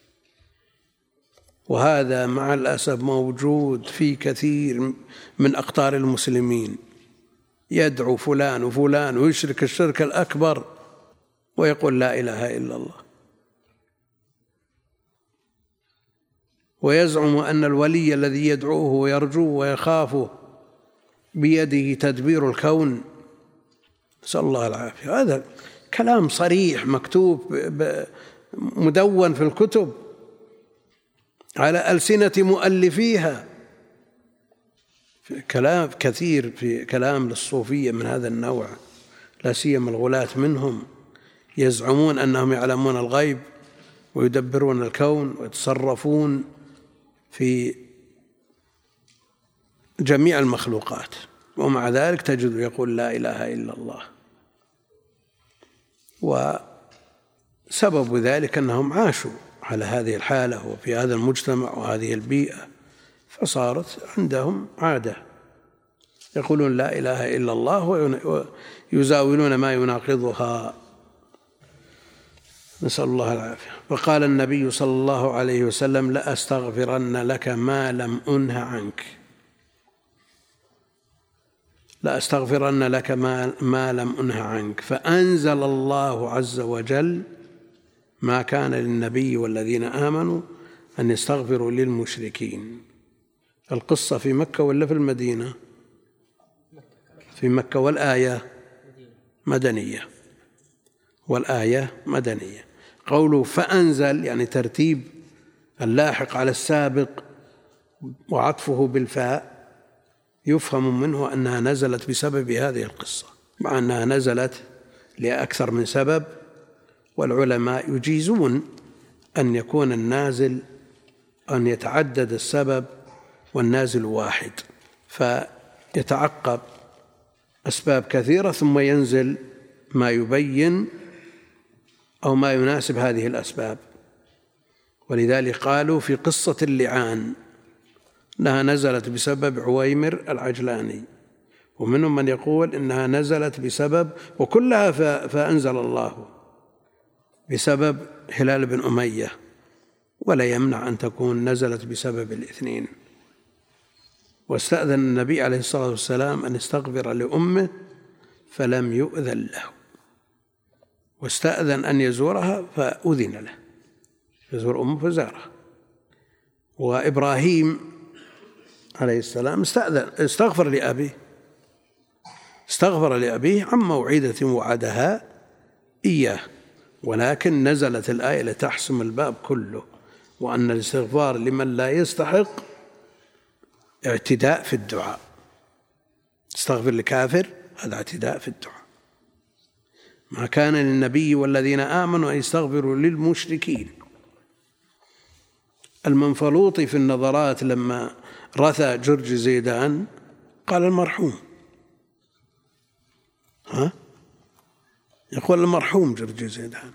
وهذا مع الأسف موجود في كثير من أقطار المسلمين، يدعو فلان وفلان ويشرك الشرك الأكبر ويقول لا إله إلا الله، ويزعم أن الولي الذي يدعوه ويرجوه ويخافه بيده تدبير الكون. نسأل الله العافية. هذا كلام صريح مكتوب مدون في الكتب على ألسنة مؤلفيها. كلام كثير في كلام للصوفية من هذا النوع، لا سيما الغلاة منهم، يزعمون أنهم يعلمون الغيب ويدبرون الكون ويتصرفون في جميع المخلوقات، ومع ذلك تجد يقول لا إله إلا الله. وسبب ذلك أنهم عاشوا على هذه الحالة وفي هذا المجتمع وهذه البيئة، فصارت عندهم عادة يقولون لا إله إلا الله ويزاولون ما يناقضها، نسأل الله العافية. وقال النبي صلى الله عليه وسلم لأستغفرن لك ما لم أنه عنك، لأستغفرن لك ما لم أنه عنك. فأنزل الله عز وجل ما كان للنبي والذين آمنوا أن يستغفروا للمشركين. القصة في مكة ولا في المدينة؟ في مكة، والآية مدنية. قوله فأنزل يعني ترتيب اللاحق على السابق وعطفه بالفاء، يفهم منه أنها نزلت بسبب هذه القصة، مع أنها نزلت لأكثر من سبب، والعلماء يجيزون أن يكون النازل أن يتعدد السبب والنازل واحد، فيتعقب أسباب كثيرة ثم ينزل ما يبين أو ما يناسب هذه الأسباب. ولذلك قالوا في قصة اللعان أنها نزلت بسبب عويمر العجلاني، ومنهم من يقول إنها نزلت بسبب، وكلها فأنزل الله بسبب هلال بن أمية، ولا يمنع أن تكون نزلت بسبب الاثنين. واستأذن النبي عليه الصلاة والسلام أن يستغفر لأمه فلم يؤذن له، واستأذن أن يزورها فأذن له، يزور أمه فزارها. وإبراهيم عليه السلام استغفر لأبيه عن موعدة وعدها إياه، ولكن نزلت الآية لتحسم الباب كله، وأن الاستغفار لمن لا يستحق اعتداء في الدعاء. استغفر لكافر هذا اعتداء في الدعاء. ما كان للنبي والذين آمنوا أن يستغفروا للمشركين. المنفلوطي في النظرات لما رثى جرج زيدان قال المرحوم، يقول المرحوم جرج زيدان.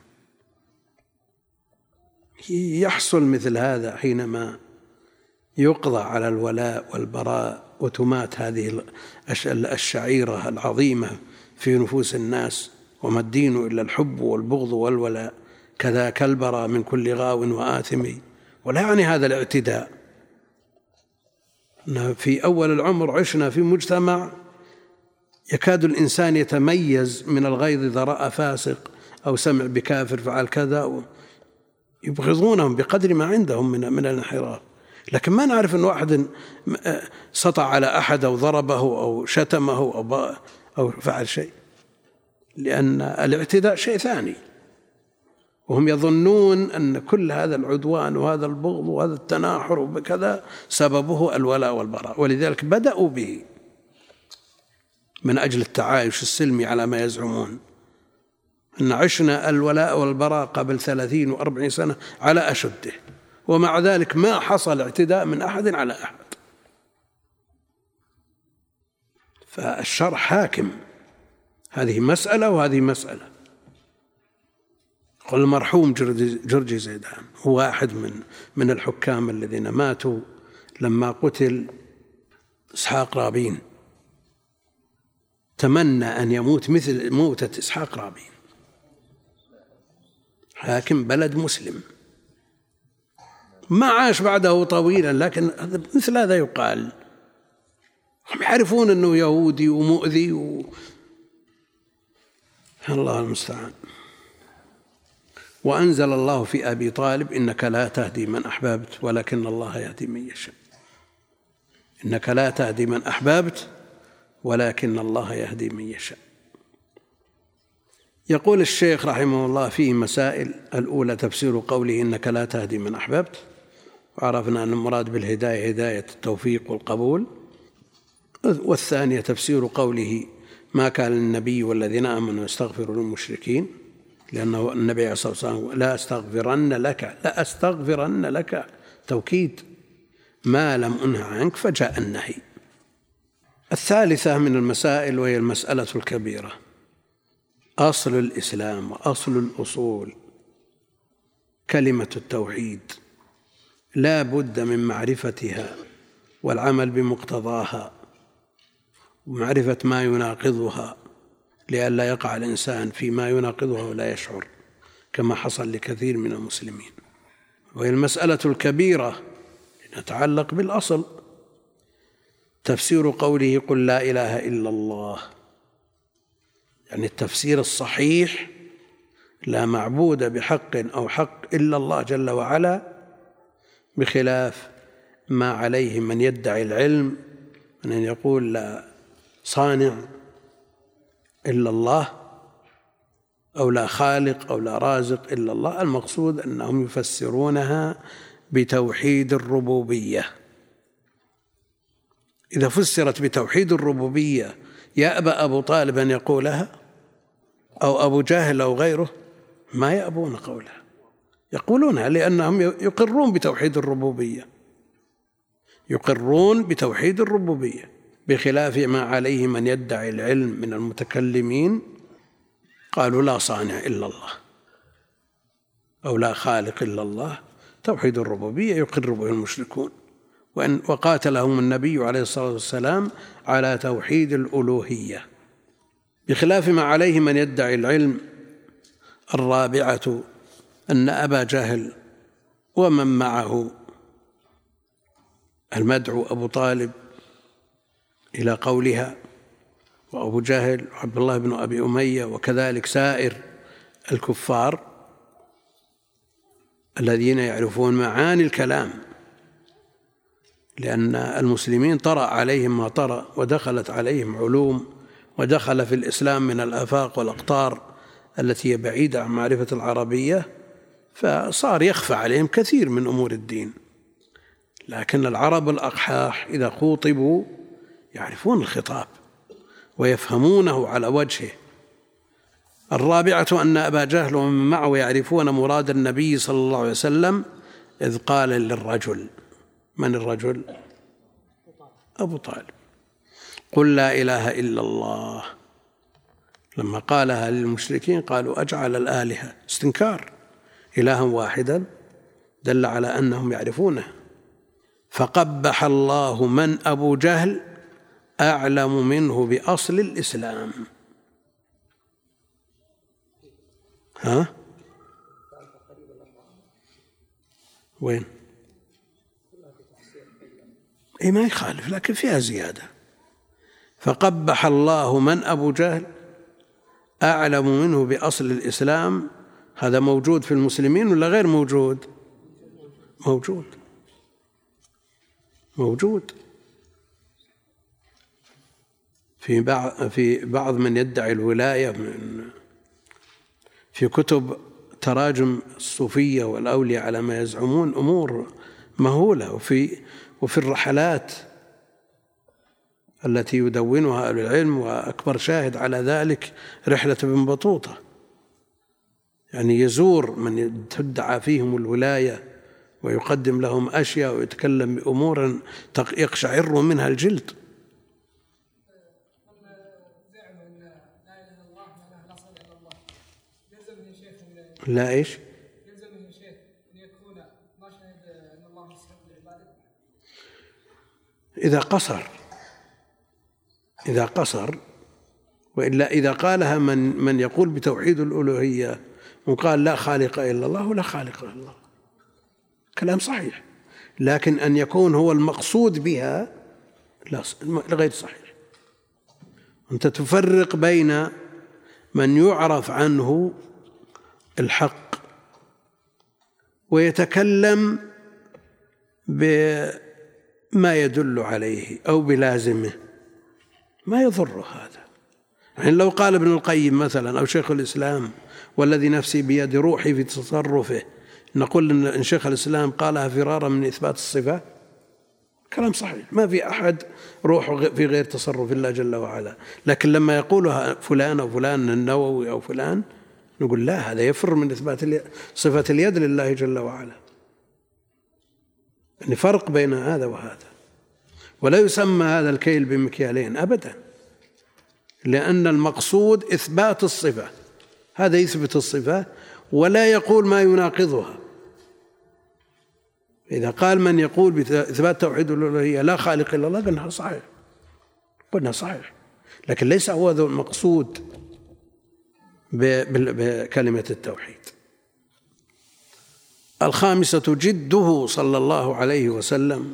يحصل مثل هذا حينما يقضى على الولاء والبراء وتمات هذه الشعيرة العظيمة في نفوس الناس، وما الدين إلا الحب والبغض والولاء، كذاك البراء من كل غاو وآثم. ولا يعني هذا الاعتداء، في أول العمر عشنا في مجتمع يكاد الإنسان يتميز من الغيظ إذا رأى فاسق أو سمع بكافر فعل كذا، يبغضونهم بقدر ما عندهم من الانحراف. لكن ما نعرف أن واحد سطع على أحد أو ضربه أو شتمه أو فعل شيء، لأن الاعتداء شيء ثاني، وهم يظنون أن كل هذا العدوان وهذا البغض وهذا التناحر وكذا سببه الولاء والبراء، ولذلك بدأوا به من أجل التعايش السلمي على ما يزعمون. أن عشنا الولاء والبراء قبل 30 و40 سنة على أشده، ومع ذلك ما حصل اعتداء من أحد على أحد. فالشرع حاكم، هذه مسألة وهذه مسألة. قال المرحوم جرجي زيدان هو واحد من الحكام الذين ماتوا لما قتل إسحاق رابين، تمنى أن يموت مثل موتة إسحاق رابين، حاكم بلد مسلم، ما عاش بعده طويلا، لكن مثل هذا يقال. هم يعرفون أنه يهودي ومؤذي الله المستعان. وأنزل الله في أبي طالب: إنك لا تهدي من أحببت ولكن الله يهدي من يشاء. إنك لا تهدي من أحببت ولكن الله يهدي من يشاء. يقول الشيخ رحمه الله فيه مسائل: الأولى تفسير قوله إنك لا تهدي من أحببت، وعرفنا أن المراد بالهداية هداية التوفيق والقبول. والثانية تفسير قوله: ما كان للنبي والذين آمنوا يستغفروا للمشركين، لأنه النبي عليه الصلاة والسلام: لا أستغفرن لك توكيد، ما لم أنه عنك فجاء النهي. الثالثة من المسائل وهي المسألة الكبيرة، أصل الإسلام وأصل الأصول، كلمة التوحيد، لا بد من معرفتها والعمل بمقتضاها ومعرفة ما يناقضها، لئلا يقع الإنسان فيما يناقضها ولا يشعر، كما حصل لكثير من المسلمين. وهي المسألة الكبيرة نتعلق بالأصل، تفسير قوله: قل لا إله إلا الله، يعني التفسير الصحيح: لا معبود بحق أو حق إلا الله جل وعلا، بخلاف ما عليه من يدعي العلم من أن يقول لا صانع إلا الله، أو لا خالق أو لا رازق إلا الله. المقصود أنهم يفسرونها بتوحيد الربوبية. إذا فسرت بتوحيد الربوبية يأبى أبو طالب أن يقولها، أو أبو جاهل أو غيره، ما يأبون قولها، يقولونها لأنهم يقرون بتوحيد الربوبية، يقرون بتوحيد الربوبية، بخلاف ما عليه من يدعي العلم من المتكلمين، قالوا لا صانع إلا الله أو لا خالق إلا الله. توحيد الربوبية يقر به المشركون، وقاتلهم النبي عليه الصلاة والسلام على توحيد الألوهية، بخلاف ما عليه من يدعي العلم. الرابعة أن أبا جهل ومن معه المدعو أبو طالب إلى قولها، وأبو جهل وعبد الله بن أبي أمية وكذلك سائر الكفار الذين يعرفون معاني الكلام، لأن المسلمين طرأ عليهم ما طرأ، ودخلت عليهم علوم، ودخل في الإسلام من الآفاق والأقطار التي هي بعيدة عن معرفة العربية، فصار يخفى عليهم كثير من أمور الدين. لكن العرب الأقحاح إذا خوطبوا يعرفون الخطاب ويفهمونه على وجهه. الرابعة أن أبا جهل ومن معه يعرفون مراد النبي صلى الله عليه وسلم إذ قال للرجل، من الرجل؟ أبو طالب: قل لا إله إلا الله. لما قالها للمشركين قالوا: أجعل الآلهة، استنكار، إلها واحدا، دل على أنهم يعرفونه. فقبح الله من أبو جهل أعلم منه بأصل الإسلام. ها؟ وين؟ أي ما يخالف، لكن فيها زيادة. فقبح الله من أبو جهل أعلم منه بأصل الإسلام. هذا موجود في المسلمين ولا غير موجود؟ موجود في بعض من يدعي الولاية في كتب تراجم الصوفية والأولياء على ما يزعمون أمور مهولة. وفي الرحلات التي يدونها أهل العلم، وأكبر شاهد على ذلك رحلة ابن بطوطة، يعني يزور من تدعى فيهم الولاية ويقدم لهم أشياء ويتكلم بأمور يقشعر منها الجلد. لا إيش؟ يلزم يا شيخ أن يكون ما شهد أن الله يستحق العبادة إذا قصر، وإلا إذا قالها من يقول بتوحيد الألوهية وقال لا خالق إلا الله ولا خالق إلا الله، كلام صحيح، لكن أن يكون هو المقصود بها لا، غير صحيح. أنت تفرق بين من يعرف عنه الحق ويتكلم بما يدل عليه أو بلازمه، ما يضر هذا. يعني لو قال ابن القيم مثلا أو شيخ الإسلام والذي نفسي بيد روحي في تصرفه، نقول إن شيخ الإسلام قالها فرارا من إثبات الصفة، كلام صحيح، ما في أحد روحه في غير تصرف الله جل وعلا. لكن لما يقولها فلان أو فلان النووي أو فلان، نقول لا، هذا يفر من إثبات صفة اليد لله جل وعلا. يعني فرق بين هذا وهذا، ولا يسمى هذا الكيل بمكيالين أبدا، لأن المقصود إثبات الصفة، هذا يثبت الصفة ولا يقول ما يناقضها. إذا قال من يقول بإثبات توحيد الألوهية لا خالق إلا الله قلنا صحيح، لكن ليس هو ذو المقصود بكلمة التوحيد. الخامسة جده صلى الله عليه وسلم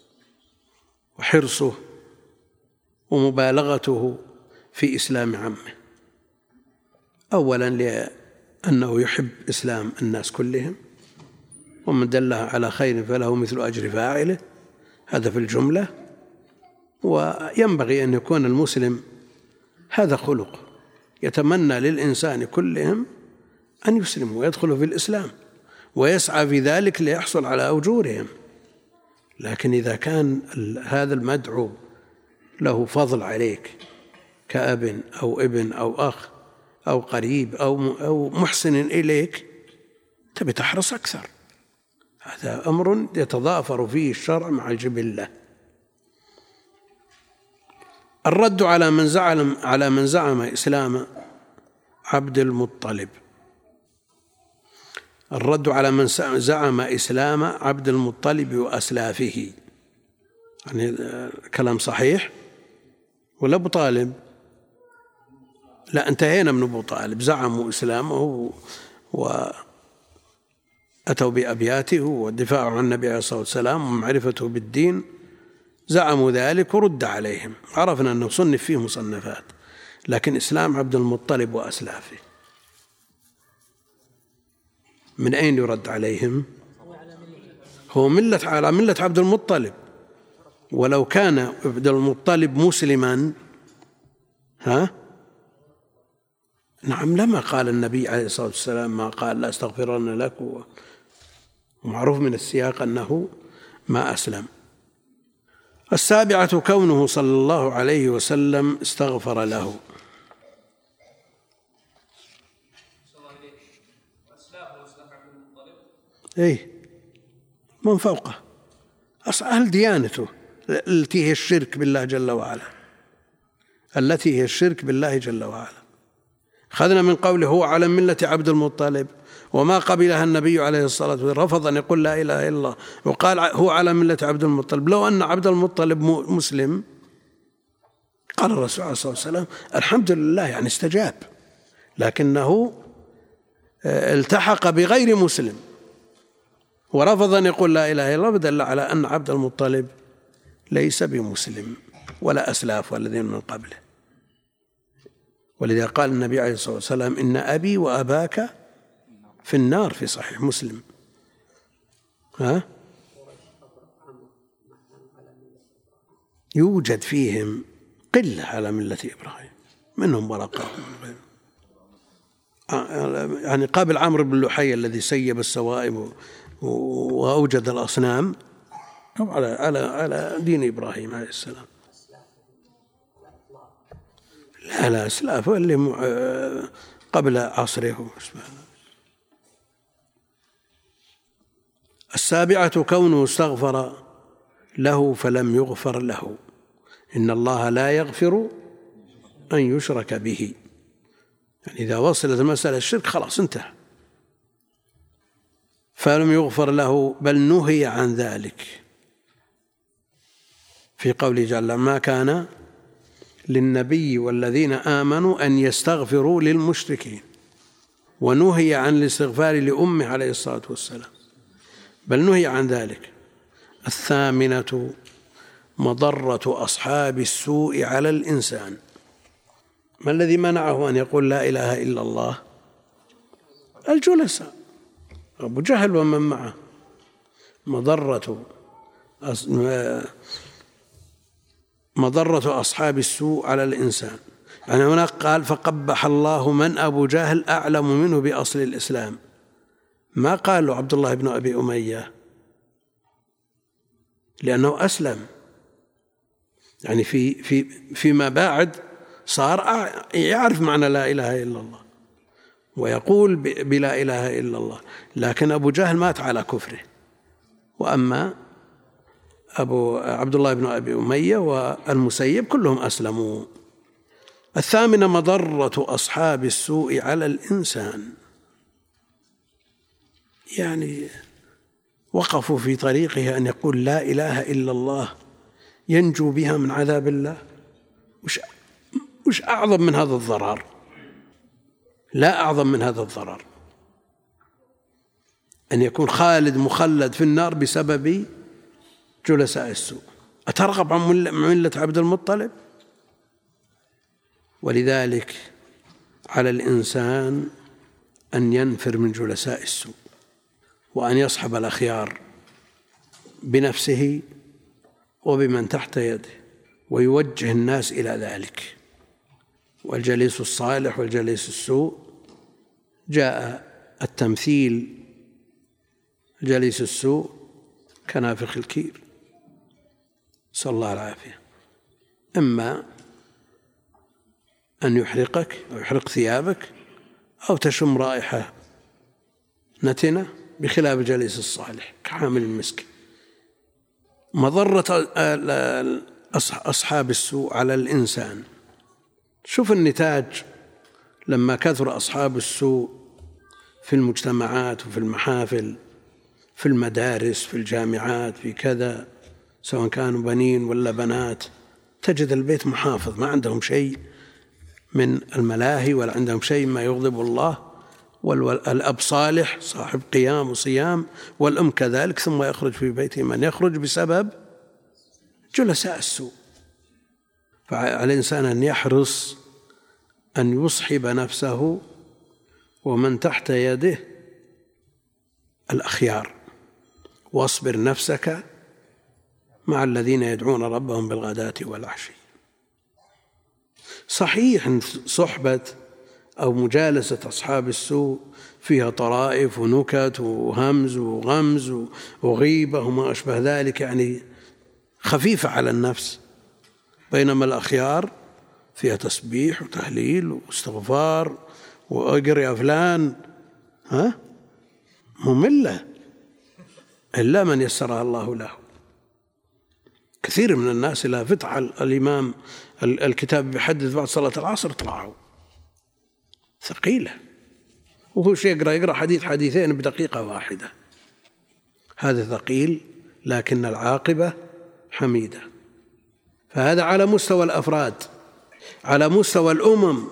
وحرصه ومبالغته في إسلام عمه. أولا لأنه يحب إسلام الناس كلهم، ومن دلها على خير فله مثل أجر فاعله، هذا في الجملة. وينبغي أن يكون المسلم هذا خلق، يتمنى للإنسان كلهم أن يسلموا ويدخلوا في الإسلام ويسعى في ذلك ليحصل على أجورهم. لكن إذا كان هذا المدعو له فضل عليك كأب أو ابن أو أخ أو قريب أو محسن إليك، تبي تحرص أكثر. هذا أمر يتضافر فيه الشرع مع الجبلة. الرد على من زعم إسلام عبد المطلب. الرد على من زعم إسلام عبد المطلب وأسلافه، يعني كلام صحيح ولا أبو طالب؟ لا، انتهينا من أبو طالب، زعموا إسلامه وأتوا بأبياته والدفاع عن النبي عليه الصلاة والسلام ومعرفته بالدين، زعموا ذلك ورد عليهم. عرفنا أنه صنف فيه مصنفات، لكن إسلام عبد المطلب وأسلافه من أين يرد عليهم؟ هو على ملة عبد المطلب. ولو كان عبد المطلب مسلما نعم لما قال النبي عليه الصلاة والسلام ما قال لا أستغفرن لك، ومعروف من السياق أنه ما أسلم. السابعة كونه صلى الله عليه وسلم استغفر له. من فوقه أهل ديانته التي هي الشرك بالله جل وعلا، التي هي الشرك بالله جل وعلا. خذنا من قوله هو على ملة عبد المطلب، وما قبلها النبي عليه الصلاة والسلام، رفض أن يقول لا إله إلا الله وقال هو على ملة عبد المطلب. لو أن عبد المطلب مسلم قال الرسول عليه الصلاة والسلام الحمد لله، يعني استجاب، لكنه التحق بغير مسلم ورفض أن يقول لا إله إلا الله، بدل على أن عبد المطلب ليس بمسلم ولا أسلاف والذين من قبله. ولذا قال النبي عليه الصلاة والسلام إن أبي وأباك في النار في صحيح مسلم. يوجد فيهم قلة على ملة إبراهيم، منهم ورقة يعني قابل عمرو بن لحي الذي سيب السوائب وأوجد الأصنام على دين إبراهيم عليه السلام. لا أسلاف اللي قبل عصره. السابعة كونه استغفر له فلم يغفر له. إن الله لا يغفر أن يشرك به، يعني إذا وصلت المسألة الشرك خلاص انتهى. فلم يغفر له بل نهي عن ذلك في قوله جل: ما كان للنبي والذين آمنوا أن يستغفروا للمشركين، ونهي عن الاستغفار لأمه عليه الصلاة والسلام، بل نهي عن ذلك. الثامنة مضرة أصحاب السوء على الإنسان. ما الذي منعه أن يقول لا إله إلا الله؟ الجلساء، أبو جهل ومن معه. مضرة أصحاب السوء على الإنسان، يعني هناك قال فقبح الله من أبو جهل أعلم منه بأصل الإسلام، ما قال له عبد الله بن أبي أمية لأنه أسلم، يعني فيما بعد صار يعرف معنى لا إله إلا الله ويقول بلا إله إلا الله، لكن أبو جهل مات على كفره. وأما عبد الله بن أبي أمية والمسيب كلهم أسلموا. الثامنة مضرة أصحاب السوء على الإنسان، يعني وقفوا في طريقه أن يقول لا إله إلا الله ينجو بها من عذاب الله. وش أعظم من هذا الضرر؟ لا أعظم من هذا الضرر أن يكون خالد مخلد في النار بسبب جلساء السوء. أترغب عن ملة عبد المطلب؟ ولذلك على الإنسان أن ينفر من جلساء السوء وأن يصحب الأخيار بنفسه وبمن تحت يده ويوجه الناس إلى ذلك. والجليس الصالح والجليس السوء جاء التمثيل: جليس السوء كنافخ الكير، نسأل الله العافية، إما أن يحرقك أو يحرق ثيابك أو تشم رائحة نتنة، بخلاف الجليس الصالح كحامل المسك. مضرة أصحاب السوء على الإنسان، شوف النتاج لما كثر أصحاب السوء في المجتمعات وفي المحافل، في المدارس، في الجامعات، في كذا، سواء كانوا بنين ولا بنات، تجد البيت محافظ، ما عندهم شيء من الملاهي ولا عندهم شيء ما يغضب الله، والأب صالح صاحب قيام وصيام، والأم كذلك، ثم يخرج في بيته من يخرج بسبب جلساء السوء. فعلى الإنسان أن يحرص أن يصحب نفسه ومن تحت يده الأخيار، واصبر نفسك مع الذين يدعون ربهم بالغداة والعشي. صحيح صحبة أو مجالسة أصحاب السوء فيها طرائف ونكت وهمز وغمز وغيبة وما أشبه ذلك، يعني خفيفة على النفس، بينما الأخيار فيها تسبيح وتهليل واستغفار وأقر يا فلان، مملة إلا من يسرها الله له. كثير من الناس إذا فتح الإمام الكتاب بيحدث بعد صلاة العصر طلعوا، ثقيلة، وهو شيء يقرأ حديث حديثين بدقيقة واحدة، هذا ثقيل، لكن العاقبة حميدة. فهذا على مستوى الأفراد. على مستوى الأمم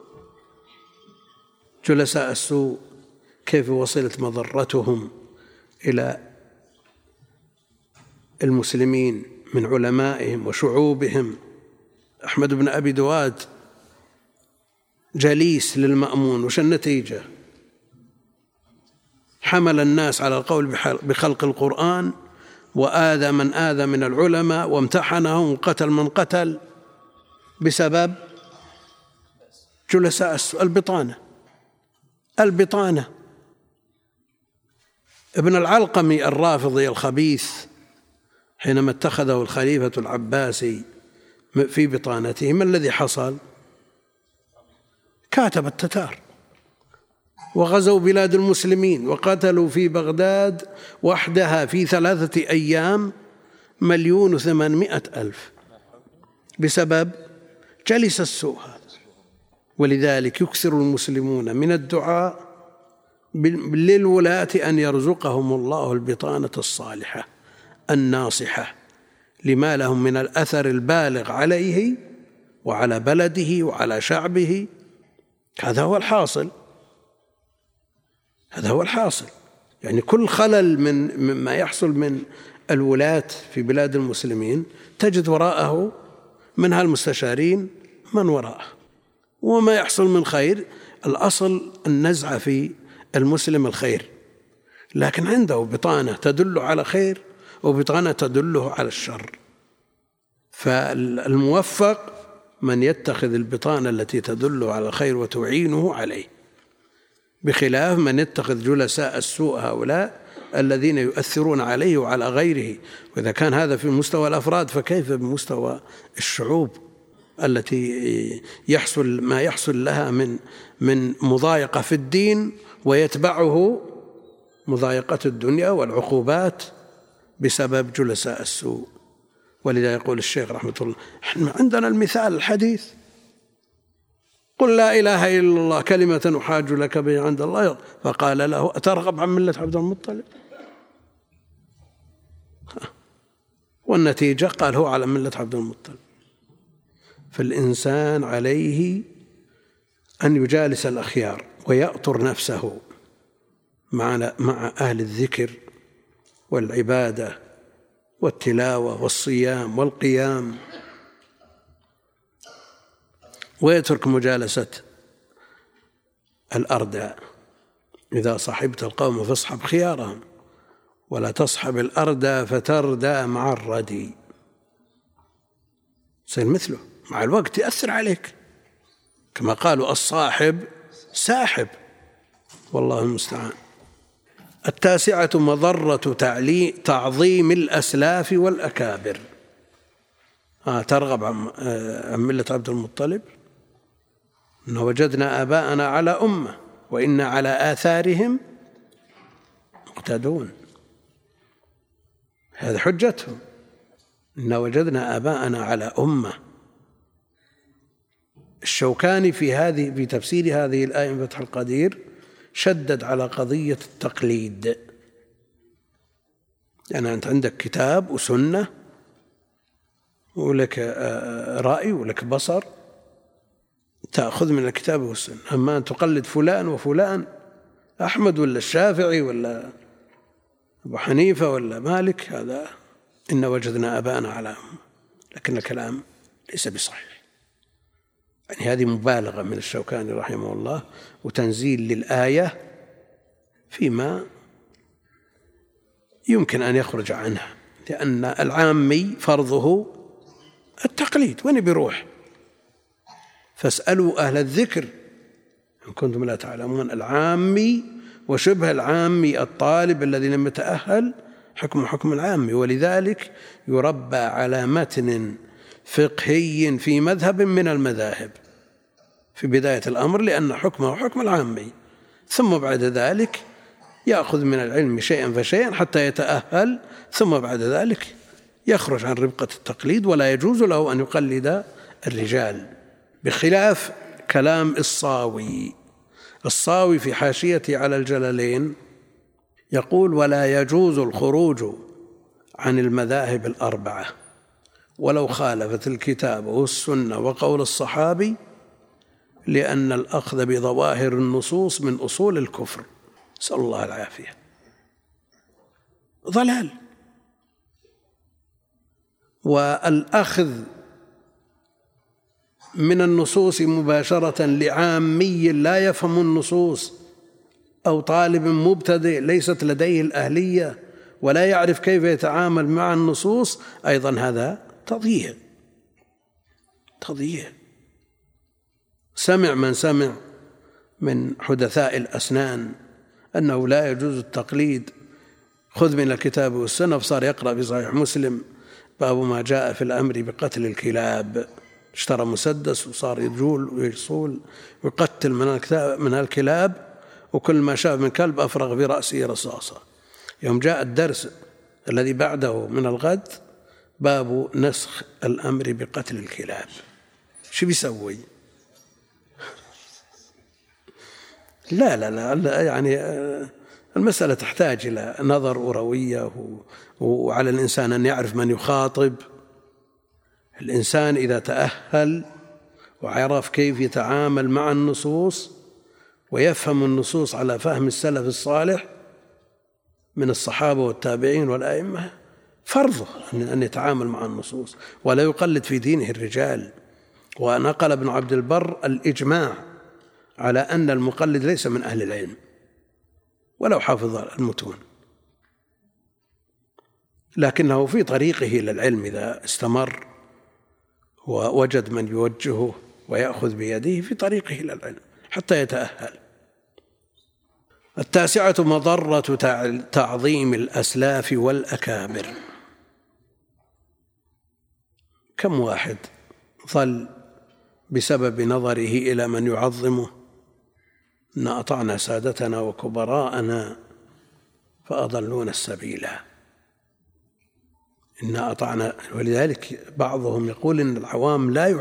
جلساء السوء كيف وصلت مضرتهم إلى المسلمين من علمائهم وشعوبهم. أحمد بن أبي دواد جليس للمأمون، وش النتيجة؟ حمل الناس على القول بخلق القرآن، وآذى من آذى من العلماء، وامتحنهم وقتل من قتل بسبب جلساء السوء. البطانة. ابن العلقمي الرافضي الخبيث حينما اتخذه الخليفة العباسي في بطانته، ما الذي حصل؟ كاتب التتار وغزوا بلاد المسلمين، وقتلوا في بغداد وحدها في 3 أيام 1,800,000 بسبب جلس السوء هذا. ولذلك يكثر المسلمون من الدعاء للولاة أن يرزقهم الله البطانة الصالحة الناصحة لما لهم من الأثر البالغ عليه وعلى بلده وعلى شعبه. هذا هو الحاصل. يعني كل خلل مما يحصل من الولاة في بلاد المسلمين تجد وراءه من هالمستشارين من وراءه. وما يحصل من خير الأصل النزعة في المسلم الخير، لكن عنده بطانة تدل على خير وبطانة تدله على الشر. فالموفق من يتخذ البطانة التي تدله على الخير وتعينه عليه، بخلاف من يتخذ جلساء السوء هؤلاء الذين يؤثرون عليه وعلى غيره. وإذا كان هذا في مستوى الأفراد فكيف بمستوى الشعوب التي ما يحصل لها من مضايقة في الدين ويتبعه مضايقة الدنيا والعقوبات بسبب جلساء السوء. ولذا يقول الشيخ رحمة الله: عندنا المثال الحديث: قل لا إله إلا الله كلمة أحاج لك به عند الله. فقال له: أترغب عن ملة عبد المطلب؟ والنتيجة قال هو على ملة عبد المطلب. فالإنسان عليه أن يجالس الأخيار ويأطر نفسه مع أهل الذكر والعبادة والتلاوة والصيام والقيام، ويترك مجالسة الأردى. إذا صحبت القوم فاصحب خيارهم، ولا تصحب الأردى فتردى مع الردي. صير مثله، مع الوقت يأثر عليك، كما قالوا: الصاحب ساحب. والله المستعان. 9 مضرة تعظيم الأسلاف والأكابر. ترغب عن ملة عبد المطلب؟ إن وجدنا آباءنا على أمة وإنا على آثارهم مقتدون. هذا حجتهم: إن وجدنا آباءنا على أمة. الشوكاني في تفسير هذه الآية من فتح القدير شدد على قضية التقليد. يعني أنت عندك كتاب وسنة ولك رأي ولك بصر، تأخذ من الكتاب والسنة. أما أن تقلد فلان وفلان، أحمد ولا الشافعي ولا أبو حنيفة ولا مالك، هذا إن وجدنا آباءنا على أمة. لكن الكلام ليس بصحيح. يعني هذه مبالغة من الشوكاني رحمه الله، وتنزيل للآية فيما يمكن أن يخرج عنها، لأن العامي فرضه التقليد. وين بيروح؟ فاسألوا أهل الذكر إن كنتم لا تعلمون. العامي وشبه العامي الطالب الذي لم يتأهل حكم العامي، ولذلك يربى على متن فقهي في مذهب من المذاهب في بداية الأمر، لأن حكمه حكم العامي، ثم بعد ذلك يأخذ من العلم شيئا فشيئا حتى يتأهل، ثم بعد ذلك يخرج عن ربقة التقليد، ولا يجوز له أن يقلد الرجال، بخلاف كلام الصاوي في حاشيته على الجلالين يقول: ولا يجوز الخروج عن المذاهب الأربعة ولو خالفت الكتاب والسنة وقول الصحابي، لأن الأخذ بظواهر النصوص من أصول الكفر. نسأل الله العافية. ضلال. والأخذ من النصوص مباشرة لعامي لا يفهم النصوص أو طالب مبتدئ ليست لديه الأهلية ولا يعرف كيف يتعامل مع النصوص، أيضا هذا تضييع. سمع من سمع من حدثاء الأسنان أنه لا يجوز التقليد، خذ من الكتاب والسنة، فصار يقرأ في صحيح مسلم باب ما جاء في الأمر بقتل الكلاب، اشترى مسدس وصار يجول ويصول ويقتل من الكلاب، وكل ما شاف من كلب أفرغ برأسه رصاصة. يوم جاء الدرس الذي بعده من الغد باب نسخ الأمر بقتل الكلاب، شو بيسوي؟ لا يعني المسألة تحتاج إلى نظر وروية، وعلى الإنسان أن يعرف من يخاطب. الإنسان إذا تأهل وعرف كيف يتعامل مع النصوص ويفهم النصوص على فهم السلف الصالح من الصحابة والتابعين والأئمة، فرضه أن يتعامل مع النصوص ولا يقلد في دينه الرجال. ونقل ابن عبد البر الإجماع على أن المقلد ليس من أهل العلم ولو حافظ المتون، لكنه في طريقه إلى العلم إذا استمر ووجد من يوجهه ويأخذ بيده في طريقه إلى العلم حتى يتأهل. 9 مضرة تعظيم الأسلاف والأكابر. كم واحد ظل بسبب نظره إلى من يعظمه إن أطعنا سادتنا وكبراءنا فأضلونا السبيل، إن أطعنا. ولذلك بعضهم يقول إن العوام لا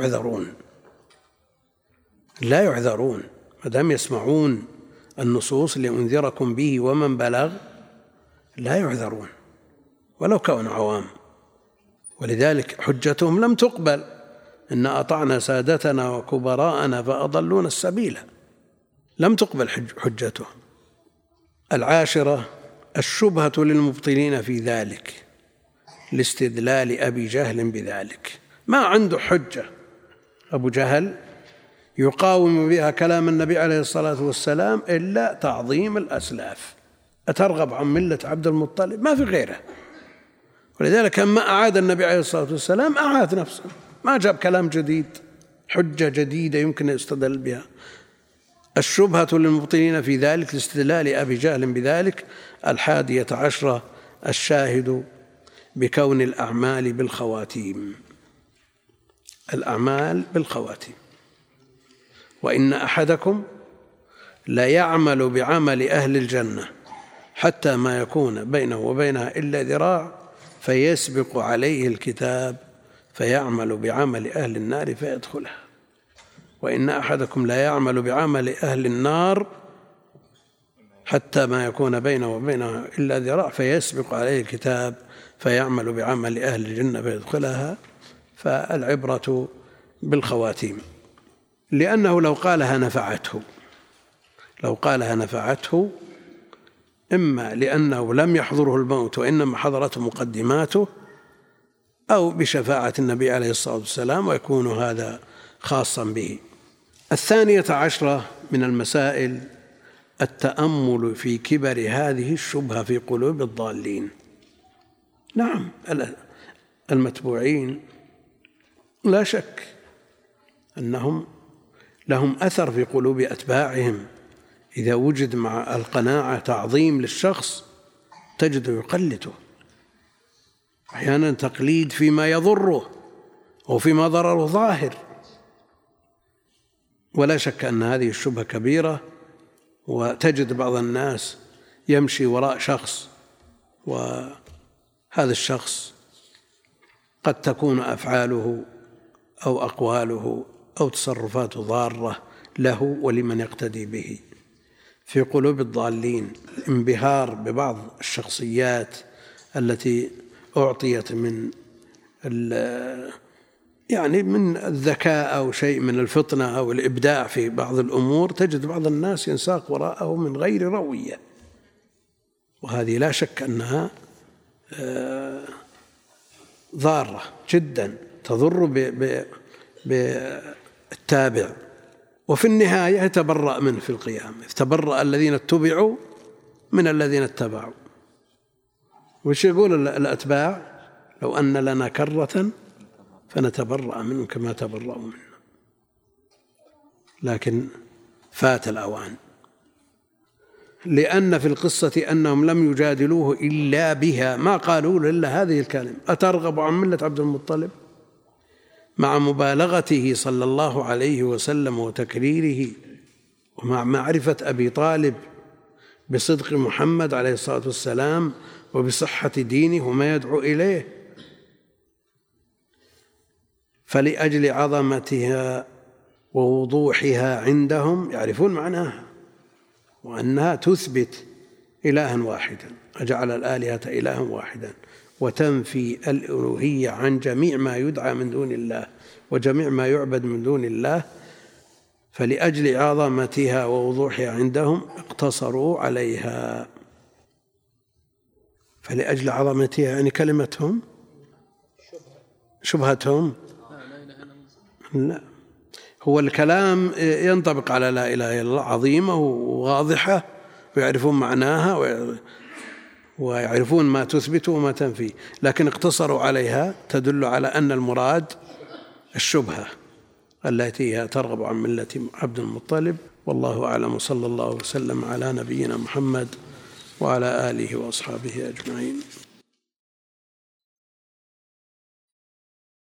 يعذرون ما دام يسمعون النصوص لأنذركم به ومن بلغ، لا يعذرون ولو كانوا عوام. ولذلك حجتهم لم تقبل، إن أطعنا سادتنا وكبراءنا فأضلونا السبيل، لم تقبل حجتهم. 10 الشبهة للمبطلين في ذلك لاستدلال أبي جهل بذلك. ما عنده حجة أبو جهل يقاوم بها كلام النبي عليه الصلاة والسلام إلا تعظيم الأسلاف. أترغب عن ملة عبد المطلب؟ ما في غيره. ولذلك لما أعاد النبي عليه الصلاة والسلام أعاد نفسه، ما جاب كلام جديد، حجة جديدة يمكن يستدل بها. الشبهة للمبطلين في ذلك لاستدلال أبي جهل بذلك. 11 الشاهد بكون الأعمال بالخواتيم. الأعمال بالخواتيم. وإن أحدكم لا يعمل بعمل أهل الجنة حتى ما يكون بينه وبينها إلا ذراع فيسبق عليه الكتاب فيعمل بعمل أهل النار فيدخلها. وإن أحدكم لا يعمل بعمل أهل النار حتى ما يكون بينه وبينها إلا ذراع فيسبق عليه الكتاب فيعمل بعمل أهل الجنة فيدخلها. فالعبرة بالخواتيم، لأنه لو قالها نفعته إما لأنه لم يحضره الموت وإنما حضرته مقدماته، أو بشفاعة النبي عليه الصلاة والسلام، ويكون هذا خاصا به. 12 من المسائل التأمل في كبر هذه الشبهة في قلوب الضالين. نعم، المتبوعين لا شك أنهم لهم أثر في قلوب أتباعهم. إذا وجد مع القناعة تعظيم للشخص تجده يقلده، أحيانا تقليد فيما يضره أو فيما ضرره ظاهر. ولا شك أن هذه الشبهة كبيرة، وتجد بعض الناس يمشي وراء شخص، وهذا الشخص قد تكون أفعاله أو أقواله أو تصرفاته ضارة له ولمن يقتدي به. في قلوب الضالين الانبهار ببعض الشخصيات التي أعطيت من الذكاء أو شيء من الفطنة أو الإبداع في بعض الأمور، تجد بعض الناس ينساق وراءه من غير روية، وهذه لا شك أنها ضارة جدا تضر بالتابع، وفي النهاية يتبرأ منه في القيامة، يتبرأ الذين اتبعوا من الذين اتبعوا. وش يقول الأتباع؟ لو أن لنا كرة فنتبرأ منهم كما تبرأوا منا. لكن فات الأوان، لأن في القصة أنهم لم يجادلوه إلا بها، ما قالوا له إلا هذه الكلمة: أترغب عن ملة عبد المطلب؟ مع مبالغته صلى الله عليه وسلم وتكريره، ومع معرفة أبي طالب بصدق محمد عليه الصلاة والسلام وبصحة دينه وما يدعو إليه. فلأجل عظمتها ووضوحها عندهم يعرفون معناها، وأنها تثبت إلها واحدا، أجعل الآلهة إلها واحدا، وتنفي الألوهية عن جميع ما يدعى من دون الله وجميع ما يعبد من دون الله. فلأجل عظمتها ووضوحها عندهم اقتصروا عليها. فلأجل عظمتها يعني كلمتهم، شبهتهم، لا، هو الكلام ينطبق على لا إله إلا الله، عظيمة وواضحة ويعرفون معناها ويعرفون ما تثبت وما تنفي، لكن اقتصروا عليها تدل على أن المراد الشبهة التي هي ترغب عن ملة عبد المطلب. والله أعلم، صلى الله وسلم على نبينا محمد وعلى آله وأصحابه أجمعين.